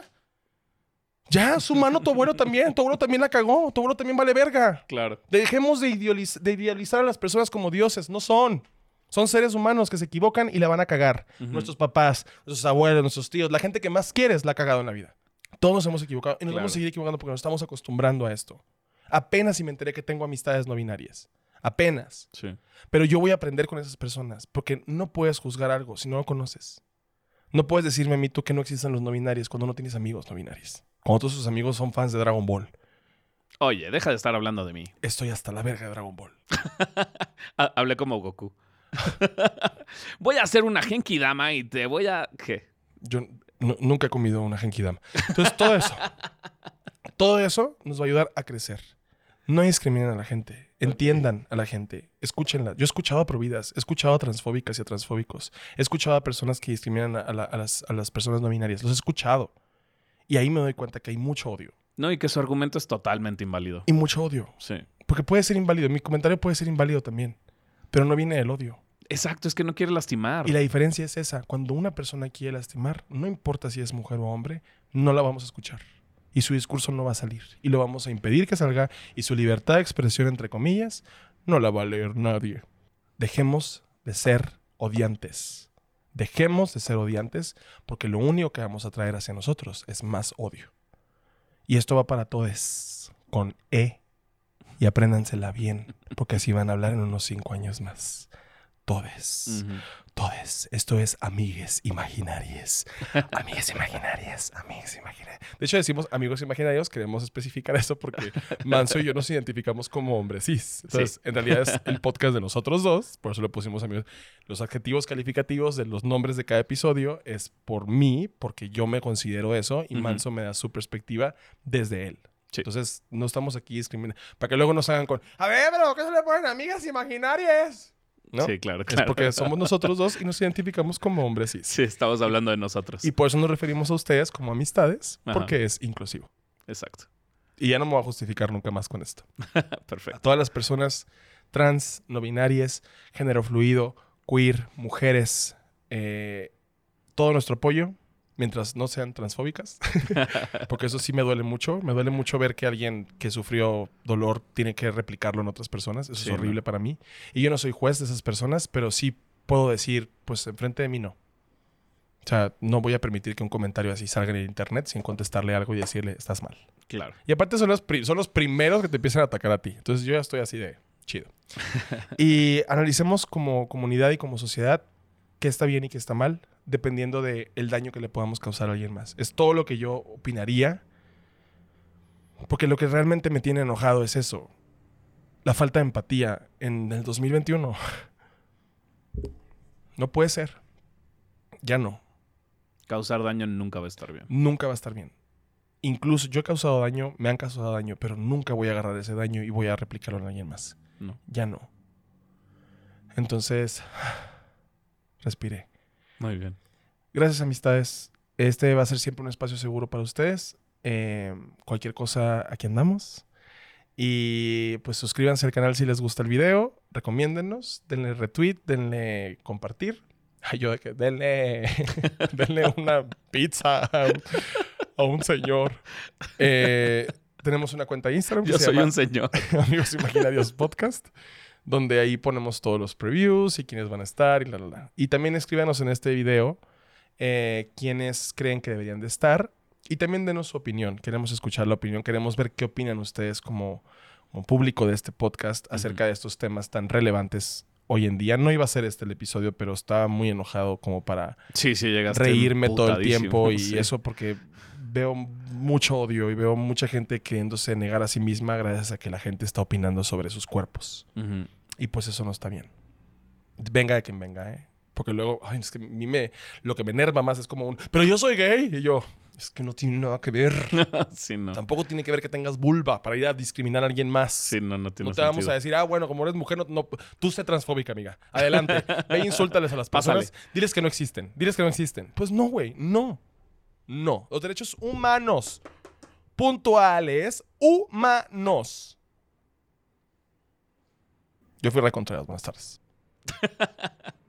Ya, es humano tu abuelo también. Tu abuelo también la cagó. Tu abuelo también vale verga. Claro. Dejemos de idealizar a las personas como dioses. No son. Son seres humanos que se equivocan y la van a cagar. Nuestros papás, nuestros abuelos, nuestros tíos, la gente que más quieres la ha cagado en la vida. Todos nos hemos equivocado y nos vamos a seguir equivocando porque nos estamos acostumbrando a esto. Apenas si me enteré que tengo amistades no binarias. Apenas. Sí. Pero yo voy a aprender con esas personas porque no puedes juzgar algo si no lo conoces. No puedes decirme a mí tú que no existen los no binarios cuando no tienes amigos no binarios. Cuando todos tus amigos son fans de Dragon Ball. Oye, deja de estar hablando de mí. Estoy hasta la verga de Dragon Ball. Hablé como Goku. Voy a hacer una Genki Dama y te voy a... ¿Qué? Yo nunca he comido una Genki Dama. Entonces todo eso nos va a ayudar a crecer. No discriminen a la gente. Entiendan a la gente. Escúchenla. Yo he escuchado a providas. He escuchado a transfóbicas y a transfóbicos. He escuchado a personas que discriminan a las personas no binarias. Los he escuchado. Y ahí me doy cuenta que hay mucho odio. No, y que su argumento es totalmente inválido. Y mucho odio. Sí. Porque puede ser inválido. Mi comentario puede ser inválido también. Pero no viene del odio. Exacto, es que no quiere lastimar. Y la diferencia es esa. Cuando una persona quiere lastimar, no importa si es mujer o hombre, no la vamos a escuchar. Y su discurso no va a salir. Y lo vamos a impedir que salga. Y su libertad de expresión, entre comillas, no la va a leer nadie. Dejemos de ser odiantes. Dejemos de ser odiantes porque lo único que vamos a traer hacia nosotros es más odio. Y esto va para todes, con E. Y apréndansela bien, porque así van a hablar en unos 5 años más. Todes. Todes. Esto es amigues imaginarias. Amigues imaginarias. Amigues imaginarias. De hecho, decimos amigos imaginarios. Queremos especificar esto porque Manso y yo nos identificamos como hombres cis. Entonces, en realidad es el podcast de nosotros dos. Por eso le pusimos amigos. Los adjetivos calificativos de los nombres de cada episodio es por mí, porque yo me considero eso. Y Manso me da su perspectiva desde él. Sí. Entonces, no estamos aquí discriminando. Para que luego nos hagan con... A ver, bro, ¿qué se le ponen amigas imaginarias? ¿no? Sí, claro, Es claro. porque somos nosotros dos y nos identificamos como hombres cis. Sí, estamos hablando de nosotros. Y por eso nos referimos a ustedes como amistades, Ajá. porque es inclusivo. Exacto. Y ya no me voy a justificar nunca más con esto. Perfecto. A todas las personas trans, no binarias, género fluido, queer, mujeres, todo nuestro apoyo, mientras no sean transfóbicas, porque eso sí me duele mucho. Me duele mucho ver que alguien que sufrió dolor tiene que replicarlo en otras personas. Eso Sí, es horrible para mí. Y yo no soy juez de esas personas, pero sí puedo decir, pues enfrente de mí no. O sea, no voy a permitir que un comentario así salga en el internet sin contestarle algo y decirle, estás mal. Claro. Y aparte son los primeros que te empiezan a atacar a ti. Entonces yo ya estoy así de chido. Y analicemos como comunidad y como sociedad qué está bien y qué está mal, dependiendo del daño que le podamos causar a alguien más. Es todo lo que yo opinaría. Porque lo que realmente me tiene enojado es eso. La falta de empatía en el 2021. No puede ser. Ya no. Causar daño nunca va a estar bien. Nunca va a estar bien. Incluso yo he causado daño, me han causado daño, pero nunca voy a agarrar ese daño y voy a replicarlo en alguien más. No. Ya no. Entonces, respiré. Muy bien. Gracias, amistades. Este va a ser siempre un espacio seguro para ustedes. Cualquier cosa, aquí andamos. Y pues suscríbanse al canal si les gusta el video. Recomiéndennos. Denle retweet, denle compartir. Ay, yo de que denle una pizza a un señor. Tenemos una cuenta de Instagram que Yo se soy llama un señor. Amigos Imaginarios Podcast, donde ahí ponemos todos los previews y quiénes van a estar y la. Y también escríbanos en este video quiénes creen que deberían de estar y también denos su opinión. Queremos escuchar la opinión, queremos ver qué opinan ustedes como público de este podcast acerca de estos temas tan relevantes hoy en día. No iba a ser este el episodio, pero estaba muy enojado como para Sí, llegaste reírme todo el tiempo y sí. eso porque veo mucho odio y veo mucha gente queriéndose negar a sí misma gracias a que la gente está opinando sobre sus cuerpos. Uh-huh. Y pues eso no está bien. Venga de quien venga, ¿eh? Porque luego, ay, es que a mí lo que me enerva más es como pero yo soy gay. Y yo, es que no tiene nada que ver. Sí, no. Tampoco tiene que ver que tengas vulva para ir a discriminar a alguien más. Sí, no tiene No te vamos a decir, bueno, como eres mujer, no, tú sé transfóbica, amiga. Adelante. Ve e insúltales a las personas. Pásale. Diles que no existen. Diles que no existen. Pues no, güey. No. No. Los derechos humanos. Puntuales. Humanos. Yo fui Ray Contreras. Buenas tardes.